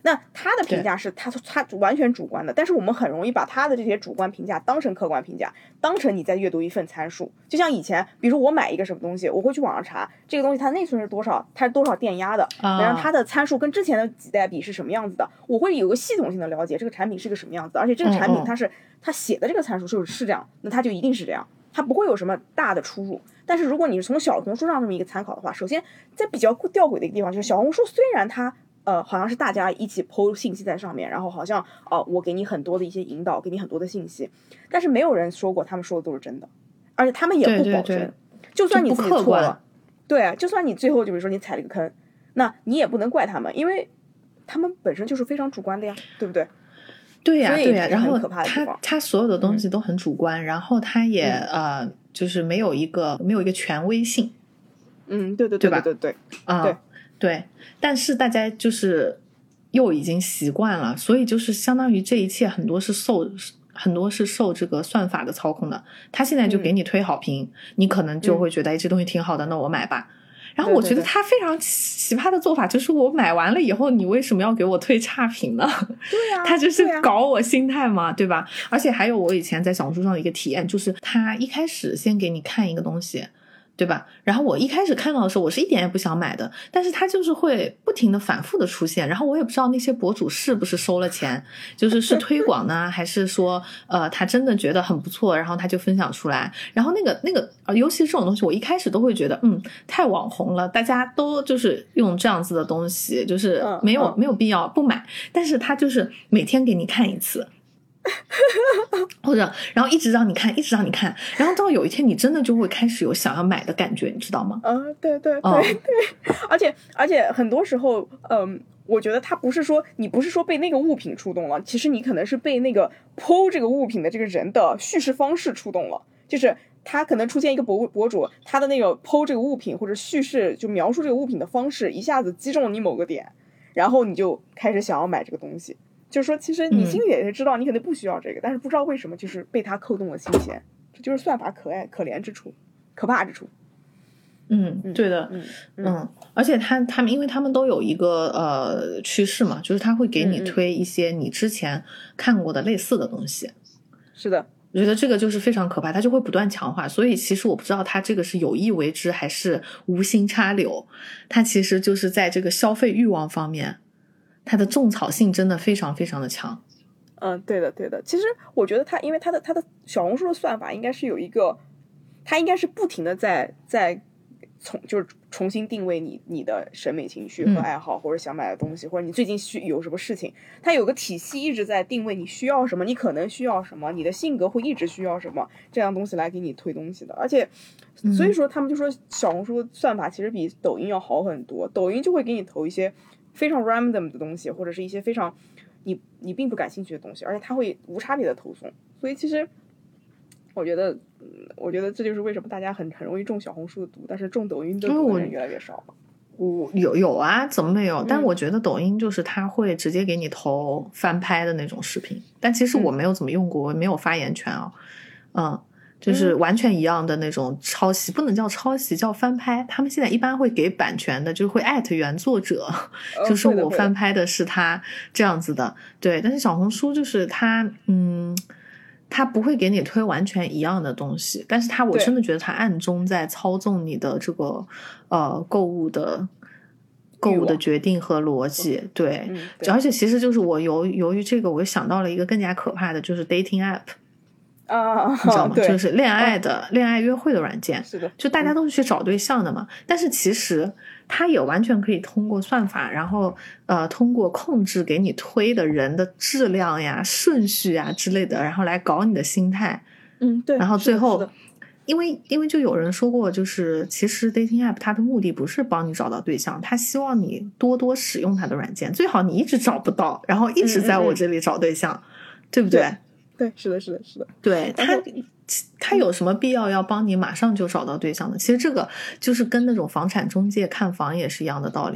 那他的评价是他完全主观的，但是我们很容易把他的这些主观评价当成客观评价，当成你在阅读一份参数。就像以前，比如说我买一个什么东西，我会去网上查这个东西它内存是多少，它是多少电压的，然后它的参数跟之前的几代比是什么样子的，我会有个系统性的了解这个产品是个什么样子，而且这个产品它写的这个参数是这样，那它就一定是这样，它不会有什么大的出入。但是如果你是从小红书上这么一个参考的话，首先在比较吊诡的一个地方就是小红书虽然它好像是大家一起 po 信息在上面，然后好像我给你很多的一些引导，给你很多的信息，但是没有人说过他们说的都是真的，而且他们也不保证，就算你自己错了，对，就算你最后就比如说你踩了一个坑，那你也不能怪他们，因为他们本身就是非常主观的呀，对不对？ 对呀，对呀，然后他所有的东西都很主观，然后他也就是没有一个权威性，对吧？ 对对，但是大家就是又已经习惯了，所以就是相当于这一切很多是受这个算法的操控的。他现在就给你推好评，你可能就会觉得哎，这东西挺好的，那我买吧。然后我觉得他非常奇葩的做法就是我买完了以后你为什么要给我推差评呢？ 对呀， 他就是搞我心态嘛，对吧？而且还有我以前在小红书上的一个体验，就是他一开始先给你看一个东西，对吧？然后我一开始看到的时候我是一点也不想买的，但是他就是会不停的反复的出现，然后我也不知道那些博主是不是收了钱，是推广呢还是说他真的觉得很不错，然后他就分享出来。然后那个尤其是这种东西我一开始都会觉得太网红了，大家都就是用这样子的东西，就是没有必要不买，但是他就是每天给你看一次或者然后一直让你看，然后到有一天你真的就会开始有想要买的感觉，你知道吗？ 对，而且很多时候我觉得你不是说被那个物品触动了，其实你可能是被那个 po 这个物品的这个人的叙事方式触动了，就是他可能出现一个博主，他的那个 po 这个物品或者叙事就描述这个物品的方式一下子击中你某个点，然后你就开始想要买这个东西。就是说其实你心里也是知道你肯定不需要这个，但是不知道为什么就是被他扣动了心弦，这就是算法可爱可怜之处，可怕之处。 对的，而且他们因为他们都有一个趋势嘛，就是他会给你推一些你之前看过的类似的东西。 是的， 我觉得这个就是非常可怕，他就会不断强化，所以其实我不知道他这个是有意为之还是无心插柳，他其实就是在这个消费欲望方面它的种草性真的非常非常的强。 对的。其实我觉得因为它的小红书的算法应该是有一个，它应该是不停的在就是重新定位你的审美情绪和爱好，或者想买的东西，或者你最近有什么事情，它有个体系一直在定位你需要什么，你可能需要什么，你的性格会一直需要什么，这样东西来给你推东西的。而且所以说他们就说小红书算法其实比抖音要好很多，抖音就会给你投一些非常 random 的东西，或者是一些非常你并不感兴趣的东西，而且它会无差别的投送。所以其实我觉得这就是为什么大家很容易中小红书的毒，但是中抖音的毒的人越来越少了。 我有啊，怎么没有？但我觉得抖音就是它会直接给你投翻拍的那种视频，但其实我没有怎么用过，我没有发言权啊。就是完全一样的那种抄袭，不能叫抄袭，叫翻拍。他们现在一般会给版权的，就是会艾特原作者，就是我翻拍的是他这样子的。对，但是小红书就是它不会给你推完全一样的东西，但是我真的觉得它暗中在操纵你的这个购物的决定和逻辑。对，而且其实就是我由于这个，我想到了一个更加可怕的，就是 dating app。你知道吗？就是恋爱约会的软件。 是的， 就大家都是去找对象的嘛。但是其实它也完全可以通过算法，然后通过控制给你推的人的质量呀、顺序呀之类的，然后来搞你的心态。 对。 然后最后，因为就有人说过，就是其实 dating app 它的目的不是帮你找到对象，它希望你多多使用它的软件，最好你一直找不到，然后一直在我这里找对象，对不对？ 对，是的。 对，他有什么必要帮你马上就找到对象呢？其实这个就是跟那种房产中介看房也是一样的道理嘛。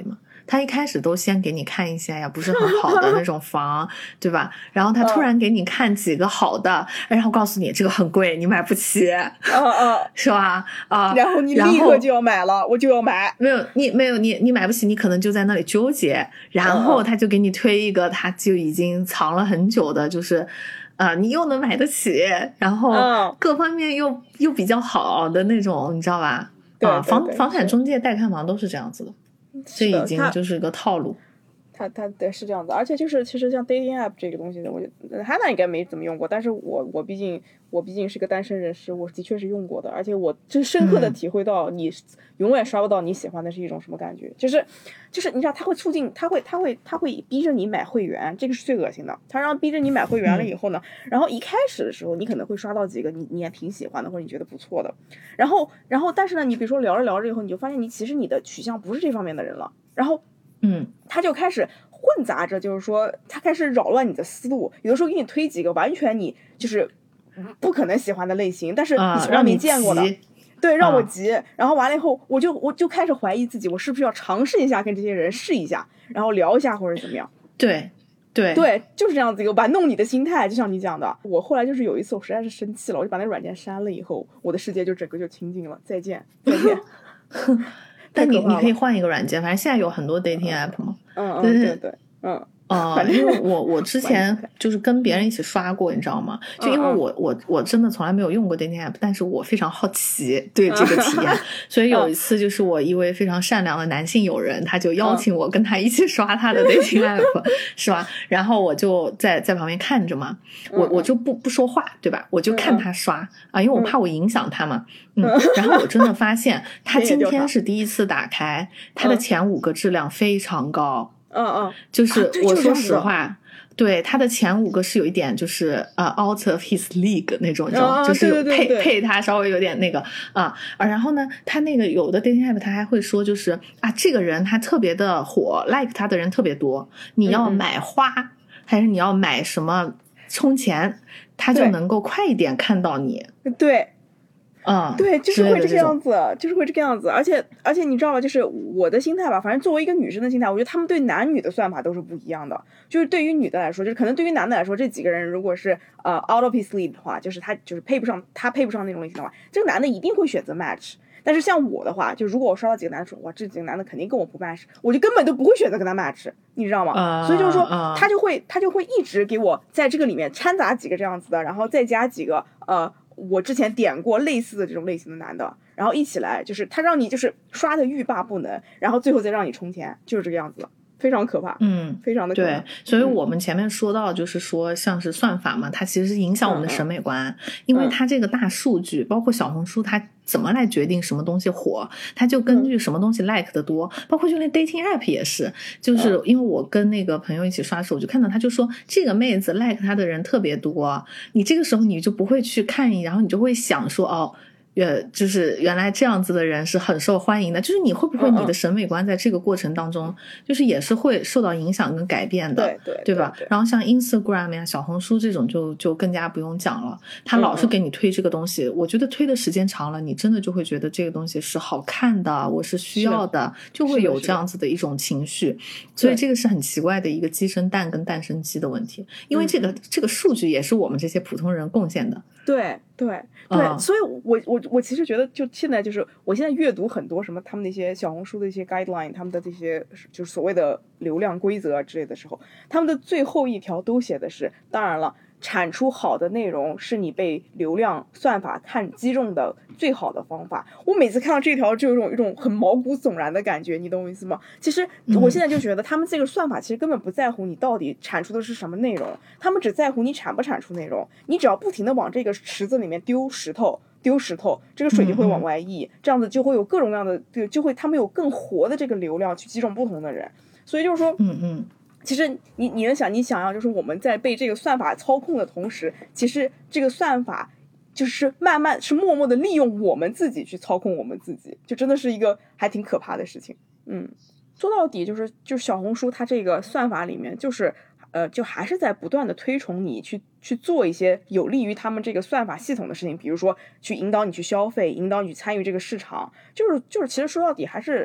他一开始都先给你看一些呀不是很好的那种房对吧，然后他突然给你看几个好的，然后告诉你这个很贵你买不起是吧然后你立刻就要买了，我就要买， 没有你买不起，你可能就在那里纠结，然后他就给你推一个他就已经藏了很久的，就是你又能买得起，然后各方面又比较好的那种，你知道吧？ 对， 房产中介带看房都是这样子的，这已经就是个套路。 他对是这样子，而且就是其实像 dating app 这个东西，我觉得Hannah应该没怎么用过，但是我毕竟是个单身人士，我的确是用过的，而且我真深刻的体会到你永远刷不到你喜欢的是一种什么感觉，就是你知道他会促进，他会逼着你买会员，这个是最恶心的，他逼着你买会员了以后呢，然后一开始的时候你可能会刷到几个你也挺喜欢的或者你觉得不错的，然后但是呢你比如说聊着以后你就发现其实你的取向不是这方面的人了，然后他就开始混杂着，就是说他开始扰乱你的思路，有的时候给你推几个完全你就是不可能喜欢的类型，但是你从来没见过的，对，让我急，然后完了以后我就开始怀疑自己，我是不是要尝试一下跟这些人试一下，然后聊一下或者怎么样， 对， 就是这样子一个玩弄你的心态，就像你讲的。我后来就是有一次我实在是生气了，我就把那软件删了以后，我的世界就整个就清净了，再见但你可以换一个软件，反正现在有很多 dating app 嘛。 对， 因为我之前就是跟别人一起刷过，你知道吗？就因为我真的从来没有用过 dating app， 但是我非常好奇对这个体验，所以有一次就是我一位非常善良的男性友人，他就邀请我跟他一起刷他的 dating app， 是吧？然后我就在旁边看着嘛，我就不说话，对吧？我就看他刷因为我怕我影响他嘛。然后我真的发现他今天是第一次打开，他的前5个质量非常高。就是我说实话，对他的前5个是有一点就是out of his league 那种，就是配他稍微有点那个然后呢，他那个有的 dating app 他还会说就是这个人他特别的火 like 他的人特别多，你要买花还是你要买什么充钱，他就能够快一点看到你。 对，就是会这个样子，就是会这个样子，而且你知道吗？就是我的心态吧，反正作为一个女生的心态，我觉得他们对男女的算法都是不一样的。就是对于女的来说，就是可能对于男的来说，这几个人如果是out of his league 的话，就是他就是配不上那种类型的话，这个男的一定会选择 match。但是像我的话，就如果我刷到几个男的说哇，这几个男的肯定跟我不 match， 我就根本都不会选择跟他 match， 你知道吗？所以就是说，他就会一直给我在这个里面掺杂几个这样子的，然后再加几个我之前点过类似的这种类型的男的，然后一起来就是他让你就是刷的欲罢不能，然后最后再让你充钱，就是这个样子了。非常可怕，非常的可怕。 对，所以我们前面说到，就是说像是算法嘛，它其实是影响我们的审美观，因为它这个大数据，包括小红书，它怎么来决定什么东西火，它就根据什么东西 like 的多，包括就连 dating app 也是，就是因为我跟那个朋友一起刷的时候，我就看到他就说这个妹子 like 他的人特别多，你这个时候你就不会去看，然后你就会想说就是原来这样子的人是很受欢迎的，就是你会不会你的审美观在这个过程当中就是也是会受到影响跟改变的，对吧？然后像 Instagram 呀小红书这种就更加不用讲了，他老是给你推这个东西，我觉得推的时间长了，你真的就会觉得这个东西是好看的，我是需要的，就会有这样子的一种情绪，所以这个是很奇怪的一个鸡生蛋跟蛋生鸡的问题，因为这个数据也是我们这些普通人贡献的。 对，所以我其实觉得就现在就是我现在阅读很多什么他们那些小红书的一些 guideline， 他们的这些就是所谓的流量规则之类的时候，他们的最后一条都写的是，当然了，产出好的内容是你被流量算法击中的最好的方法。我每次看到这条就有一种很毛骨悚然的感觉，你懂我意思吗？其实我现在就觉得他们这个算法其实根本不在乎你到底产出的是什么内容，他们只在乎你产不产出内容，你只要不停的往这个池子里面丢石头，这个水就会往外溢，这样子就会有各种各样的，就会他们有更活的这个流量去击中不同的人。所以就是说其实你能想，你想要就是我们在被这个算法操控的同时，其实这个算法就是慢慢是默默的利用我们自己去操控我们自己，就真的是一个还挺可怕的事情。说到底就是小红书它这个算法里面就是就还是在不断的推崇你去做一些有利于他们这个算法系统的事情，比如说去引导你去消费，引导你去参与这个市场，就是其实说到底还是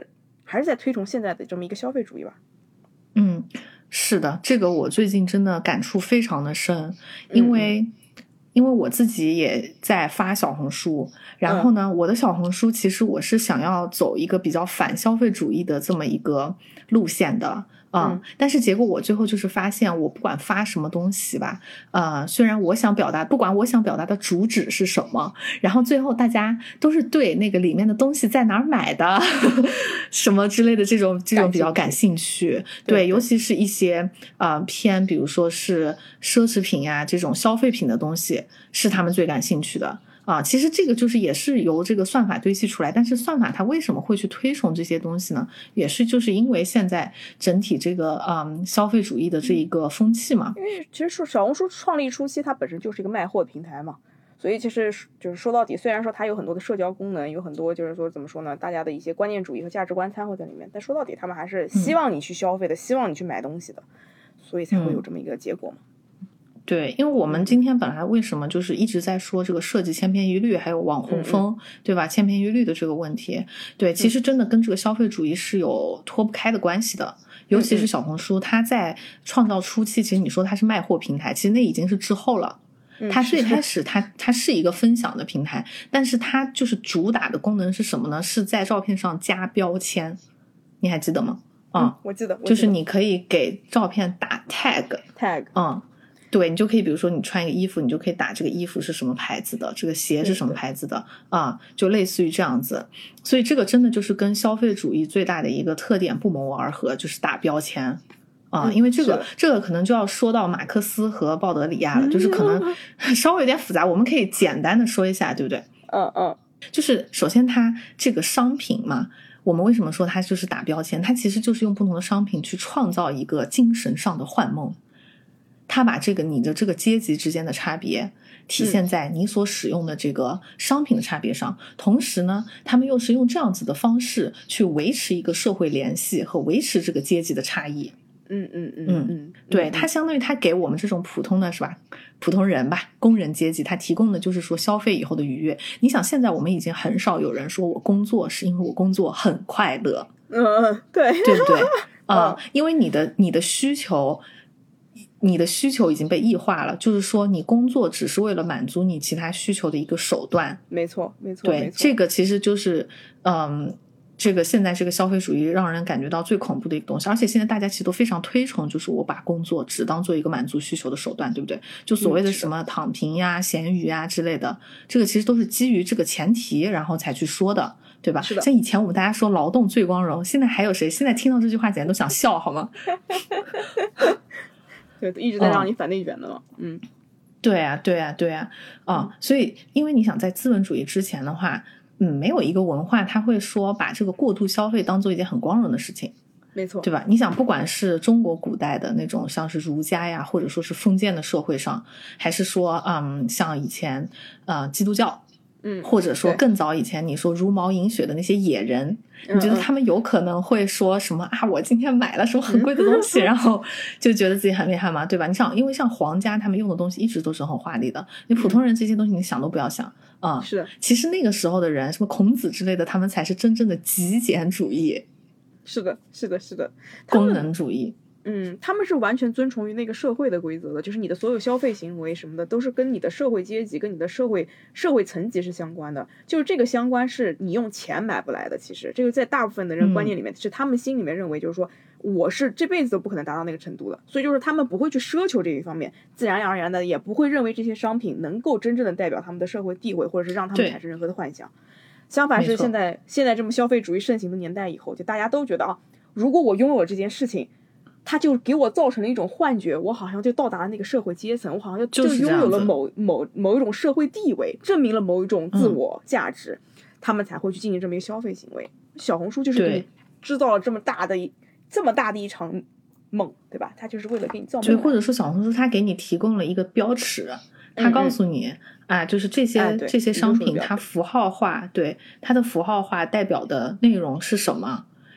还是在推崇现在的这么一个消费主义吧。 是的，这个我最近真的感触非常的深，因为我自己也在发小红书，然后呢，我的小红书其实我是想要走一个比较反消费主义的这么一个路线的。但是结果我最后就是发现，我不管发什么东西吧，虽然我想表达，不管我想表达的主旨是什么，然后最后大家都是对那个里面的东西在哪儿买的什么之类的这种比较感兴趣。对，尤其是一些偏比如说是奢侈品呀这种消费品的东西是他们最感兴趣的。其实这个就是也是由这个算法堆砌出来，但是算法它为什么会去推崇这些东西呢？也是就是因为现在整体这个消费主义的这一个风气嘛。 因为其实小红书创立初期它本身就是一个卖货平台嘛，所以其实就是说到底，虽然说它有很多的社交功能，有很多就是说怎么说呢，大家的一些观念主义和价值观掺和在里面，但说到底他们还是希望你去消费的，希望你去买东西的，所以才会有这么一个结果嘛。 对，因为我们今天本来为什么就是一直在说这个设计千篇一律，还有网红风，对吧？千篇一律的这个问题，对，其实真的跟这个消费主义是有脱不开的关系的。尤其是小红书，它在创造初期，其实你说它是卖货平台，其实那已经是滞后了。它最开始它是一个分享的平台，但是它就是主打的功能是什么呢？是在照片上加标签，你还记得吗？ 我记得， 就是你可以给照片打 tag。对，你就可以比如说你穿一个衣服，你就可以打这个衣服是什么牌子的，这个鞋是什么牌子的就类似于这样子。所以这个真的就是跟消费主义最大的一个特点不谋而合，就是打标签因为这个可能就要说到马克思和鲍德里亚了，就是可能稍微有点复杂，我们可以简单的说一下，对不对？就是首先它这个商品嘛，我们为什么说它就是打标签？它其实就是用不同的商品去创造一个精神上的幻梦。它把你的这个阶级之间的差别体现在你所使用的这个商品的差别上，同时呢，他们又是用这样子的方式去维持一个社会联系和维持这个阶级的差异。对，它相当于它给我们这种普通的是吧，普通人吧，工人阶级，它提供的就是说消费以后的愉悦。你想现在我们已经很少有人说我工作是因为我工作很快乐， 对不对？因为你的需求已经被异化了，就是说你工作只是为了满足你其他需求的一个手段。 没错。 对，这个其实就是这个现在这个消费主义让人感觉到最恐怖的一个东西。而且现在大家其实都非常推崇，就是我把工作只当做一个满足需求的手段，对不对？就所谓的什么躺平呀、闲鱼呀之类的，这个其实都是基于这个前提然后才去说的，对吧？ 是的。 像以前我们大家说劳动最光荣，现在还有谁现在听到这句话简直都想笑好吗？ 对，一直在让你反内卷的嘛。 对啊。所以因为你想在资本主义之前的话，没有一个文化他会说把这个过度消费当做一件很光荣的事情。 没错， 对吧？你想不管是中国古代的那种像是儒家呀，或者说是封建的社会上，还是说像以前基督教，或者说更早以前你说茹毛饮血的那些野人，你觉得他们有可能会说什么我今天买了什么很贵的东西然后就觉得自己很厉害吗？对吧？你想，因为像皇家他们用的东西一直都是很华丽的，你普通人这些东西你想都不要想是的。 其实那个时候的人，什么孔子之类的，他们才是真正的极简主义。 是的， 功能主义。 他们是完全遵从于那个社会的规则的，就是你的所有消费行为什么的都是跟你的社会阶级跟你的社会层级是相关的，就是这个相关是你用钱买不来的。其实这个在大部分的人观念里面，是他们心里面认为就是说我是这辈子都不可能达到那个程度的，所以就是他们不会去奢求这一方面，自然而然的也不会认为这些商品能够真正的代表他们的社会地位，或者是让他们产生任何的幻想。相反是现在这么消费主义盛行的年代以后，就大家都觉得如果我拥有了这件事情，它就给我造成了一种幻觉，我好像就到达了那个社会阶层，我好像就拥有了某一种社会地位，证明了某一种自我价值，他们才会去进行这么一个消费行为。小红书就是给你制造了这么大的一场梦，对吧？它就是为了给你造梦。 对，或者说小红书它给你提供了一个标尺，它告诉你就是这些商品它符号化，对，它的符号化代表的内容是什么，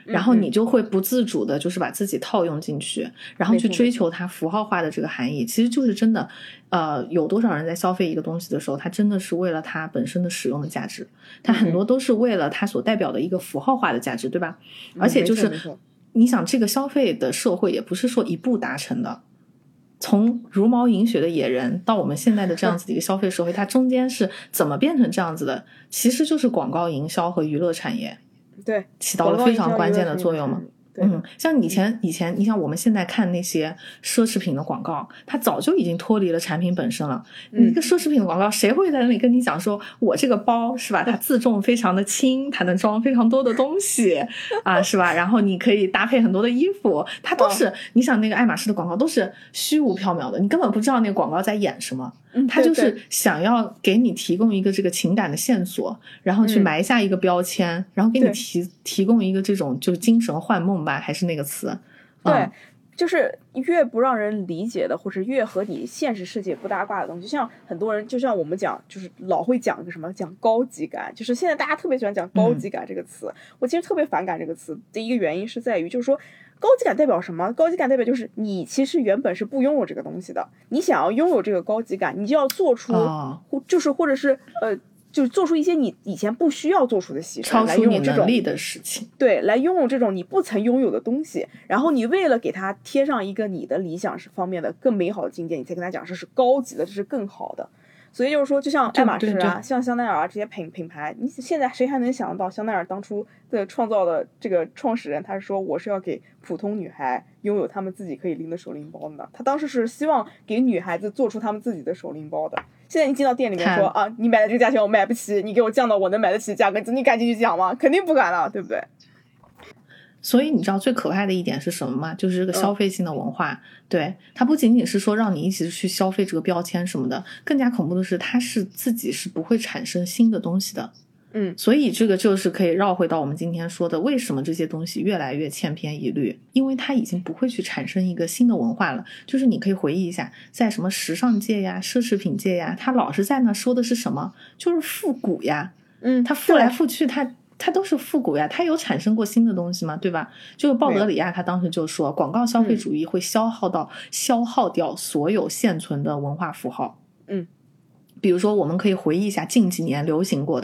然后你就会不自主的就是把自己套用进去，然后去追求它符号化的这个含义。其实就是真的有多少人在消费一个东西的时候，它真的是为了它本身的使用的价值，它很多都是为了它所代表的一个符号化的价值，对吧？而且就是你想这个消费的社会也不是说一步达成的，从茹毛饮血的野人到我们现在的这样子的一个消费社会，它中间是怎么变成这样子的？其实就是广告营销和娱乐产业对起到了非常关键的作用嘛。像以前你像我们现在看那些奢侈品的广告，它早就已经脱离了产品本身了。你一个奢侈品的广告，谁会在那里跟你讲说我这个包是吧，它自重非常的轻，它能装非常多的东西啊，是吧？然后你可以搭配很多的衣服，它都是你想那个爱马仕的广告都是虚无缥缈的，你根本不知道那个广告在演什么。他就是想要给你提供一个这个情感的线索，然后去埋下一个标签，然后给你提供一个这种就是精神幻梦吧，还是那个词？ 对，就是越不让人理解的，或是越和你现实世界不搭嘎的东西，像很多人，就像我们讲，就是老会讲一个什么，讲高级感，就是现在大家特别喜欢讲高级感这个词，我其实特别反感这个词的一个原因是在于，就是说。高级感代表什么？高级感代表就是你其实原本是不拥有这个东西的，你想要拥有这个高级感，你就要做出，就是或者是就是做出一些你以前不需要做出的牺牲， 超出你能力的事情， 对，来拥有这种你不曾拥有的东西，然后你为了给它贴上一个你的理想方面的更美好的境界，你才跟他讲这是高级的，这是更好的。所以就是说，就像爱马仕啊，像香奈儿啊这些品牌，你现在谁还能想得到香奈儿当初的创造的这个创始人，他是说我是要给普通女孩拥有她们自己可以拎的手拎包的，他当时是希望给女孩子做出她们自己的手拎包的。现在你进到店里面说啊，你买的这个价钱我买不起，你给我降到我能买得起的价格，你敢进去讲吗？肯定不敢了，对不对？ 所以你知道最可怕的一点是什么吗？就是这个消费性的文化，对，它不仅仅是说让你一起去消费这个标签什么的，更加恐怖的是它是自己是不会产生新的东西的。所以这个就是可以绕回到我们今天说的，为什么这些东西越来越千篇一律，因为它已经不会去产生一个新的文化了。就是你可以回忆一下，在什么时尚界呀、奢侈品界呀，它老是在那说的是什么，就是复古呀，它复来复去，它都是复古呀，它有产生过新的东西吗？对吧？就是鲍德里亚他当时就说，广告消费主义会消耗掉所有现存的文化符号。比如说我们可以回忆一下近几年流行过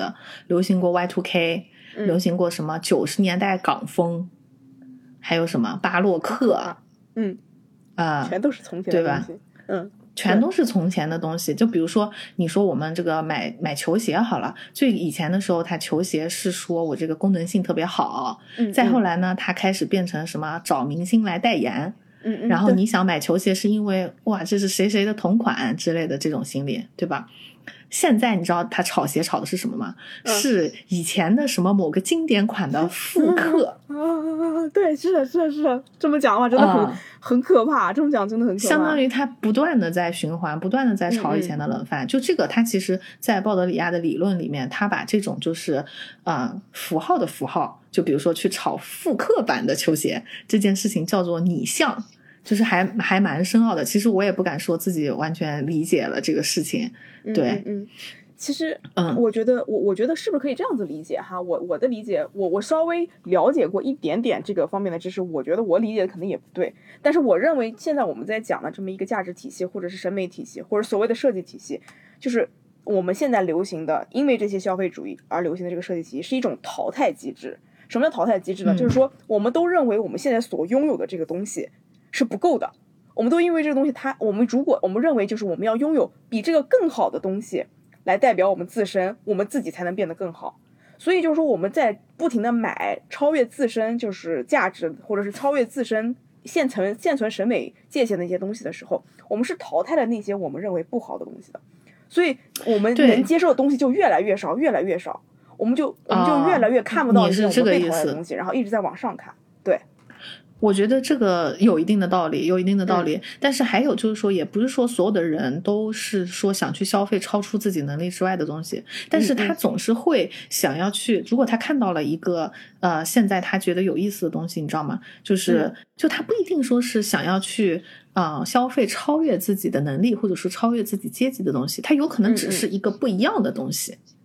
Y2K，流行过什么90年代港风，还有什么巴洛克， 全都是从前的东西， 对吧？全都是从前的东西。就比如说你说我们这个买球鞋好了，最以前的时候它球鞋是说我这个功能性特别好，再后来呢它开始变成什么找明星来代言，然后你想买球鞋是因为哇这是谁谁的同款之类的这种心理，对吧？现在你知道他炒鞋炒的是什么吗？是以前的什么某个经典款的复刻对，是的，这么讲的话真的很可怕，这么讲真的很可怕。 相当于他不断的在循环，不断的在炒以前的冷饭。就这个，他其实在鲍德里亚的理论里面，他把这种就是符号的符号，就比如说去炒复刻版的球鞋这件事情叫做拟像。就是还蛮深奥的，其实我也不敢说自己完全理解了这个事情。对， 其实我觉得是不是可以这样子理解哈？我的理解，我稍微了解过一点点这个方面的知识，我觉得我理解的可能也不对，但是我认为现在我们在讲的这么一个价值体系，或者是审美体系，或者所谓的设计体系，就是我们现在流行的，因为这些消费主义而流行的这个设计体系是一种淘汰机制。什么叫淘汰机制呢？就是说我们都认为我们现在所拥有的这个东西是不够的，我们都因为这个东西如果我们认为就是我们要拥有比这个更好的东西来代表我们自身，我们自己才能变得更好。所以就是说我们在不停的买超越自身就是价值，或者是超越自身现存审美界限的一些东西的时候，我们是淘汰了那些我们认为不好的东西的，所以我们能接受的东西就越来越少，我们就越来越看不到这种我们被淘汰的东西，然后一直在往上看。对， 我觉得这个有一定的道理，但是还有就是说，也不是说所有的人都是说想去消费超出自己能力之外的东西，但是他总是会想要去，如果他看到了一个现在他觉得有意思的东西，你知道吗？就他不一定说是想要去消费超越自己的能力或者说超越自己阶级的东西，他有可能只是一个不一样的东西。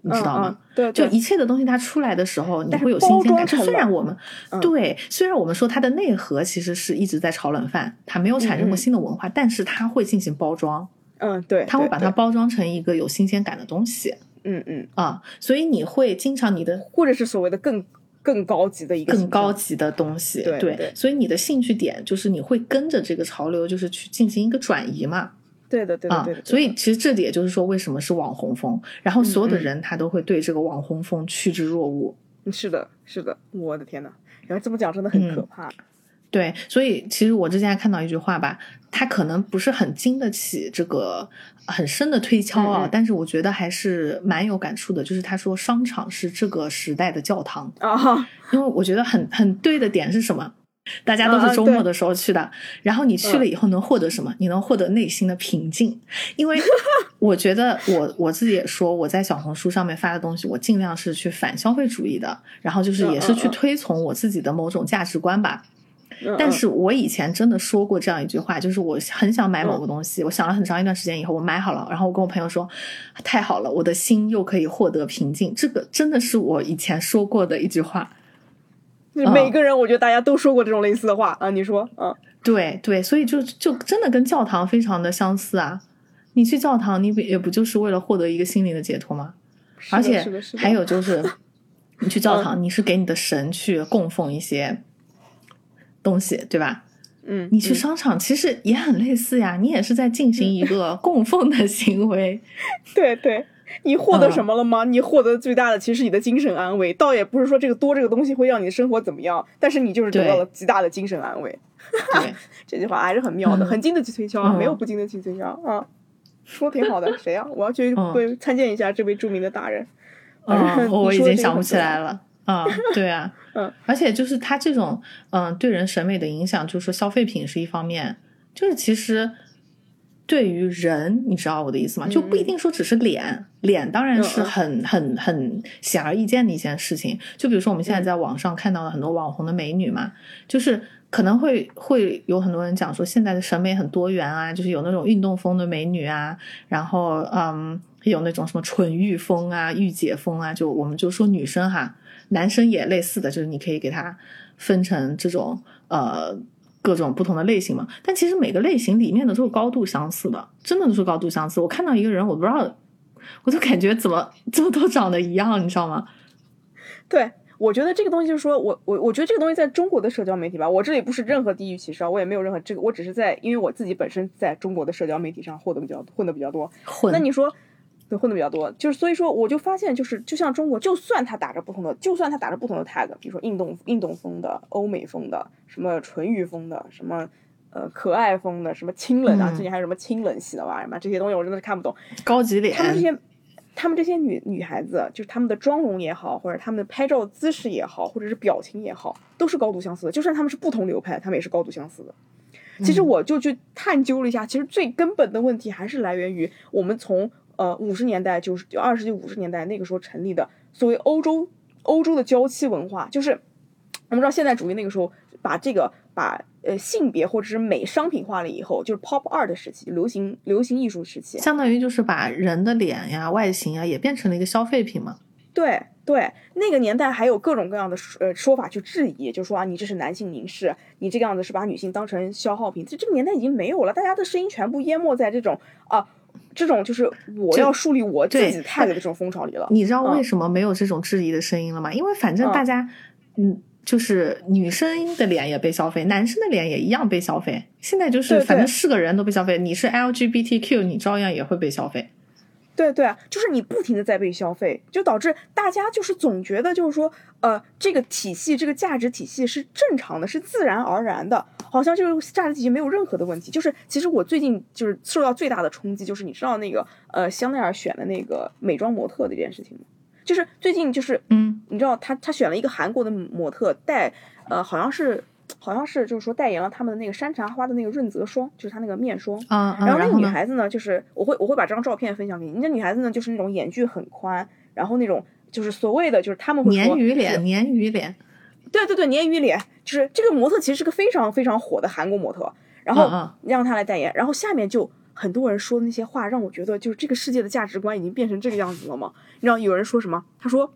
你知道吗？ 对， 就一切的东西它出来的时候，你会有新鲜感。虽然我们虽然我们说它的内核其实是一直在炒冷饭，它没有产生过新的文化，但是它会进行包装。 对， 它会把它包装成一个有新鲜感的东西。所以你会经常你的或者是所谓的更高级的一个更高级的东西。对，所以你的兴趣点就是你会跟着这个潮流，就是去进行一个转移嘛。 对的。 所以其实这里也就是说为什么是网红风，然后所有的人他都会对这个网红风趋之若鹜。 是的，我的天哪，然后这么讲真的很可怕。 对，所以其实我之前还看到一句话吧，它可能不是很经得起这个很深的推敲啊，但是我觉得还是蛮有感触的，就是他说商场是这个时代的教堂因为我觉得很对的点是什么？大家都是周末的时候去的，然后你去了以后能获得什么？你能获得内心的平静。因为我觉得我自己也说，我在小红书上面发的东西，我尽量是去反消费主义的，然后就是也是去推崇我自己的某种价值观吧。但是我以前真的说过这样一句话，就是我很想买某个东西，我想了很长一段时间以后我买好了，然后我跟我朋友说太好了，我的心又可以获得平静。这个真的是我以前说过的一句话。 每个人我觉得大家都说过这种类似的话啊，你说对，所以就真的跟教堂非常的相似啊。你去教堂你也不就是为了获得一个心灵的解脱吗？而且还有就是你去教堂你是给你的神去供奉一些东西，对吧？你去商场其实也很类似呀，你也是在进行一个供奉的行为。 对，你获得什么了吗？你获得最大的其实是你的精神安慰，倒也不是说这个东西会让你的生活怎么样，但是你就是得到了极大的精神安慰。 对这句话还是很妙的，很经得起推敲没有不经得起推敲啊。说挺好的，谁啊？我要去参见一下这位著名的大人。 我已经想不起来了。对啊，而且就是他这种对人审美的影响，就是说消费品是一方面，就是其实对于人，你知道我的意思吗？就不一定说只是脸当然是很显而易见的一件事情。就比如说我们现在在网上看到了很多网红的美女嘛，就是可能会有很多人讲说现在的审美很多元啊，就是有那种运动风的美女啊，然后有那种什么纯欲风啊、御姐风啊，就我们就说女生哈，男生也类似的，就是你可以给它分成这种各种不同的类型嘛。但其实每个类型里面的都是高度相似的，真的都是高度相似。我看到一个人，我不知道，我就感觉怎么这么都长得一样，你知道吗？ 对，我觉得这个东西就是说我觉得这个东西在中国的社交媒体吧，我这里不是任何地域歧视，我也没有任何这个，我只是因为我自己本身在中国的社交媒体上混的比较多。那你说对，混的比较多，就是所以说我就发现，就是就像中国，就算它打着不同的 tag， 比如说运动风的、欧美风的、什么纯欲风的、什么可爱风的、什么清冷啊，最近还有什么清冷系的吧，什么这些东西我真的是看不懂。 高级脸， 他们这些女孩子，就是他们的妆容也好，或者他们的拍照姿势也好，或者是表情也好，都是高度相似的。就算他们是不同流派，他们也是高度相似的。其实我就去探究了一下，其实最根本的问题还是来源于我们从50年代就20世纪50年代那个时候成立的所谓欧洲的娇妻文化，就是我们知道现代主义那个时候把性别或者是美商品化了以后，就是 pop art 时期，流行艺术时期， 相当于就是把人的脸呀、外形呀也变成了一个消费品嘛。 对，那个年代还有各种各样的说法去质疑，就说你这是男性凝视，你这个样子是把女性当成消耗品。这个年代已经没有了，大家的声音全部淹没在这种就是我要树立我自己tag的这种风潮里了。 你知道为什么没有这种质疑的声音了吗？因为反正大家就是女生的脸也被消费，男生的脸也一样被消费。现在就是反正是个人都被消费，你是 LGBTQ 你照样也会被消费。 对，就是你不停的在被消费，就导致大家就是总觉得就是说这个体系，这个价值体系是正常的，是自然而然的，好像这个价值体系没有任何的问题。就是其实我最近就是受到最大的冲击，就是你知道那个香奈儿选的那个美妆模特这件事情吗？就是最近就是你知道他选了一个韩国的模特好像是就是说代言了他们的那个山茶花的那个润泽霜，就是他那个面霜然后那个女孩子呢，就是我会把这张照片分享给你。那女孩子呢，就是那种眼距很宽，然后那种就是所谓的就是他们会说鲶鱼脸， 对，鲶鱼脸，就是这个模特其实是个非常非常火的韩国模特，然后让他来代言，然后下面就很多人说的那些话让我觉得就是这个世界的价值观已经变成这个样子了吗？你知道有人说什么？他说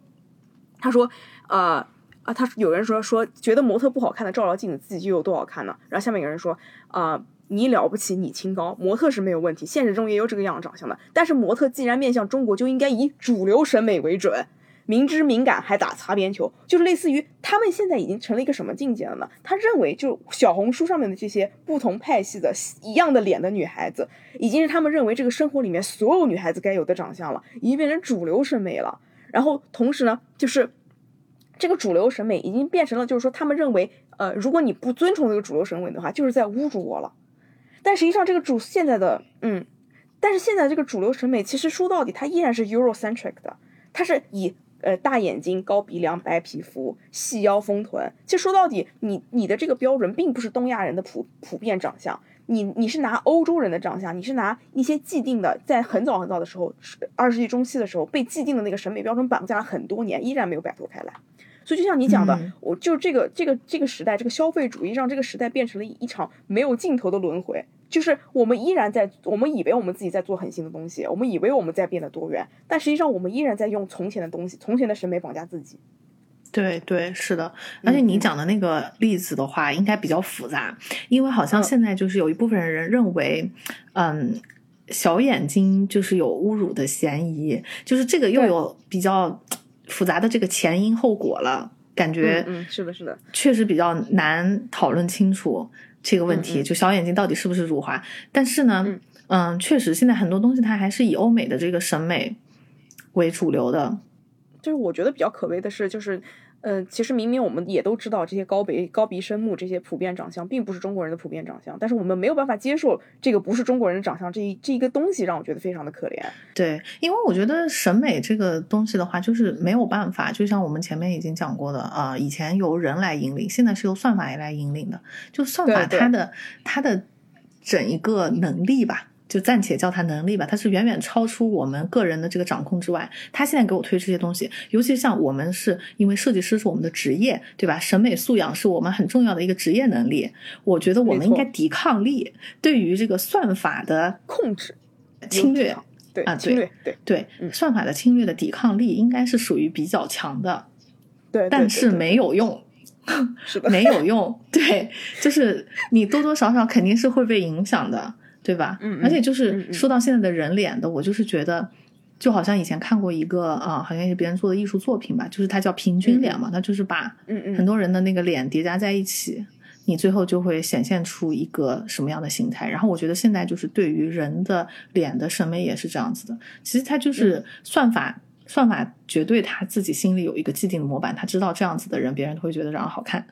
有人说觉得模特不好看的照照镜子自己就有多好看呢？然后下面有人说你了不起，你清高，模特是没有问题，现实中也有这个样长相的，但是模特既然面向中国，就应该以主流审美为准，明知敏感还打擦边球，就是类似于他们现在已经成了一个什么境界了呢？他认为就小红书上面的这些不同派系的一样的脸的女孩子，已经是他们认为这个生活里面所有女孩子该有的长相了，已经变成主流审美了。然后同时呢，就是这个主流审美已经变成了，就是说他们认为如果你不遵从这个主流审美的话，就是在侮辱我了。但实际上这个现在的这个主流审美其实说到底它依然是 Eurocentric 的，它是以大眼睛、高鼻梁、白皮肤、细腰、丰臀。其实说到底，你的这个标准并不是东亚人的普遍长相，你是拿欧洲人的长相，你是拿一些既定的，在很早的时候，20世纪中期的时候被既定的那个审美标准绑架了很多年，依然没有摆脱开来。所以就像你讲的，我就这个时代，这个消费主义让这个时代变成了一场没有尽头的轮回。就是我们以为我们自己在做很新的东西，我们以为我们在变得多元，但实际上我们依然在用从前的东西、从前的审美绑架自己。 对，是的。而且你讲的那个例子的话，应该比较复杂，因为好像现在就是有一部分人认为，小眼睛就是有侮辱的嫌疑，就是这个又有比较复杂的这个前因后果了，感觉是的， 确实比较难讨论清楚这个问题，就小眼睛到底是不是辱华。但是呢确实现在很多东西它还是以欧美的这个审美为主流的。 就是我觉得比较可悲的是，就是其实明明我们也都知道这些高鼻深目这些普遍长相并不是中国人的普遍长相，但是我们没有办法接受这个不是中国人的长相这一个东西，让我觉得非常的可怜。 对，因为我觉得审美这个东西的话，就是没有办法，就像我们前面已经讲过的以前由人来引领，现在是由算法来引领的。就算法它的整一个能力吧，就暂且叫它能力吧，它是远远超出我们个人的这个掌控之外。它现在给我推这些东西，尤其像我们是因为设计师是我们的职业，对吧？审美素养是我们很重要的一个职业能力。我觉得我们应该抵抗力对于这个算法的控制、 侵略， 侵略， 对，算法的侵略的抵抗力应该是属于比较强的。 对， 但是没有用。 是的， 没有用。对，就是你多多少少肯定是会被影响的。对吧？而且就是说到现在的人脸的，我就是觉得，就好像以前看过一个好像是别人做的艺术作品吧，就是它叫平均脸嘛，它就是把很多人的那个脸叠加在一起，你最后就会显现出一个什么样的形态。然后我觉得现在就是对于人的脸的审美也是这样子的，其实它就是算法绝对他自己心里有一个既定的模板，他知道这样子的人别人都会觉得这样好看，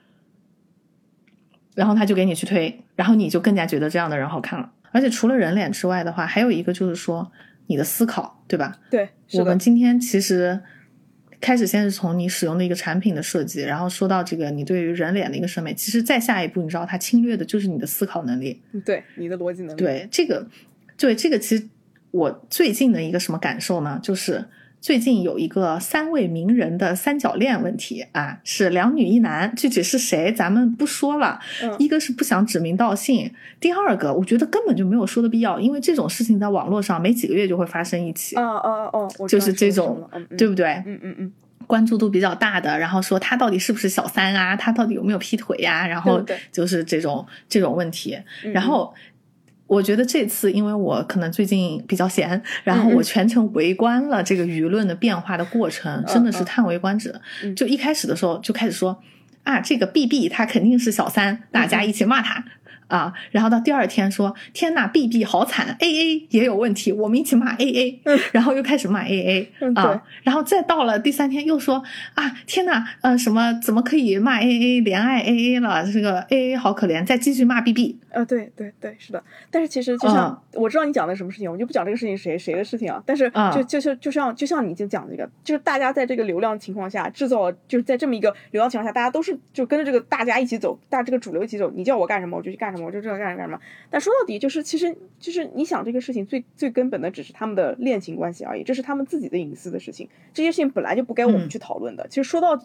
然后他就给你去推，然后你就更加觉得这样的人好看了。而且除了人脸之外的话，还有一个就是说你的思考，对吧？ 对， 我们今天其实开始先是从你使用的一个产品的设计，然后说到这个你对于人脸的一个审美，其实再下一步你知道它侵略的就是你的思考能力， 对，你的逻辑能力。 对，这个其实我最近的一个什么感受呢，就是最近有一个3位名人的三角恋问题啊，是2女1男，具体是谁咱们不说了。一个是不想指名道姓，第二个我觉得根本就没有说的必要，因为这种事情在网络上没几个月就会发生一起。就是这种，对不对？关注度比较大的，然后说他到底是不是小三啊，他到底有没有劈腿呀，然后就是这种问题。然后我觉得这次因为我可能最近比较闲，然后我全程围观了这个舆论的变化的过程，真的是叹为观止。就一开始的时候就开始说这个 BB 他肯定是小三，大家一起骂他然后到第二天说天哪 BB 好惨 AA 也有问题，我们一起骂 AA，然后又开始骂 AA 然后再到了第3天又说天哪什么怎么可以骂 AA 怜爱 AA 了，这个 AA 好可怜，再继续骂 BB。 对，是的。但是其实就像我知道你讲的什么事情，我就不讲这个事情谁的事情但是就像你就讲这个，就是大家在这个流量情况下制造，就是在这么一个流量情况下，大家都是就跟着这个大家一起走，这个主流一起走，你叫我干什么我就去干什么，我就这样干什么。但说到底就是其实就是你想这个事情最根本的只是他们的恋情关系而已，这是他们自己的隐私的事情，这些事情本来就不该我们去讨论的。其实说到底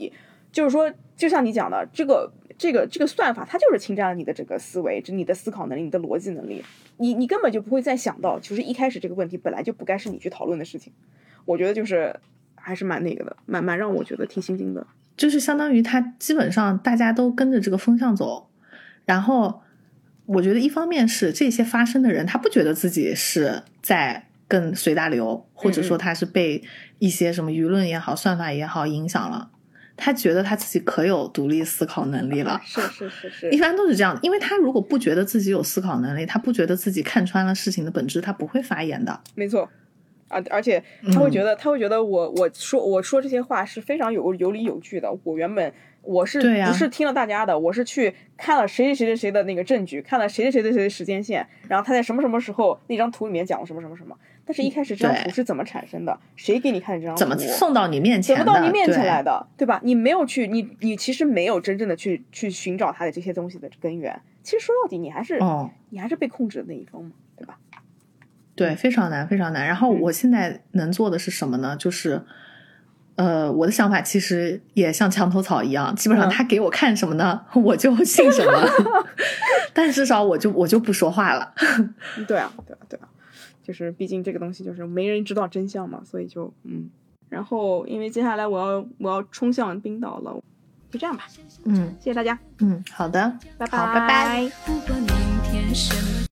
就是说，就像你讲的，这个算法，它就是侵占了你的这个思维，你的思考能力，你的逻辑能力，你根本就不会再想到，其实一开始这个问题本来就不该是你去讨论的事情。我觉得就是还是蛮那个的，蛮让我觉得挺心惊的。 就是相当于他基本上大家都跟着这个风向走，然后我觉得一方面是这些发声的人他不觉得自己是在跟随大流，或者说他是被一些什么舆论也好算法也好影响了，他觉得他自己可有独立思考能力了。 是， 一般都是这样的，因为他如果不觉得自己有思考能力，他不觉得自己看穿了事情的本质，他不会发言的。 没错。而且他会觉得我说这些话是非常有理有据的。我原本我是不是听了大家的，我是去看了谁的那个证据，看了谁的时间线，然后他在什么什么时候那张图里面讲了什么什么什么。但是一开始这张图是怎么产生的？谁给你看的这张图？ 怎么送到你面前的？ 怎么到你面前来的？ 对吧？你没有去，你其实没有真正的去寻找他的这些东西的根源。其实说到底，你还是被控制的那一方嘛，对吧？ 对，非常难，非常难。然后我现在能做的是什么呢？就是我的想法其实也像墙头草一样，基本上他给我看什么呢，我就信什么。但至少我就不说话了。 对啊，就是毕竟这个东西就是没人知道真相嘛，所以就然后因为接下来我要冲向冰岛了，就这样吧。谢谢大家。 好的， 拜拜。 好，拜拜。 不管明天什么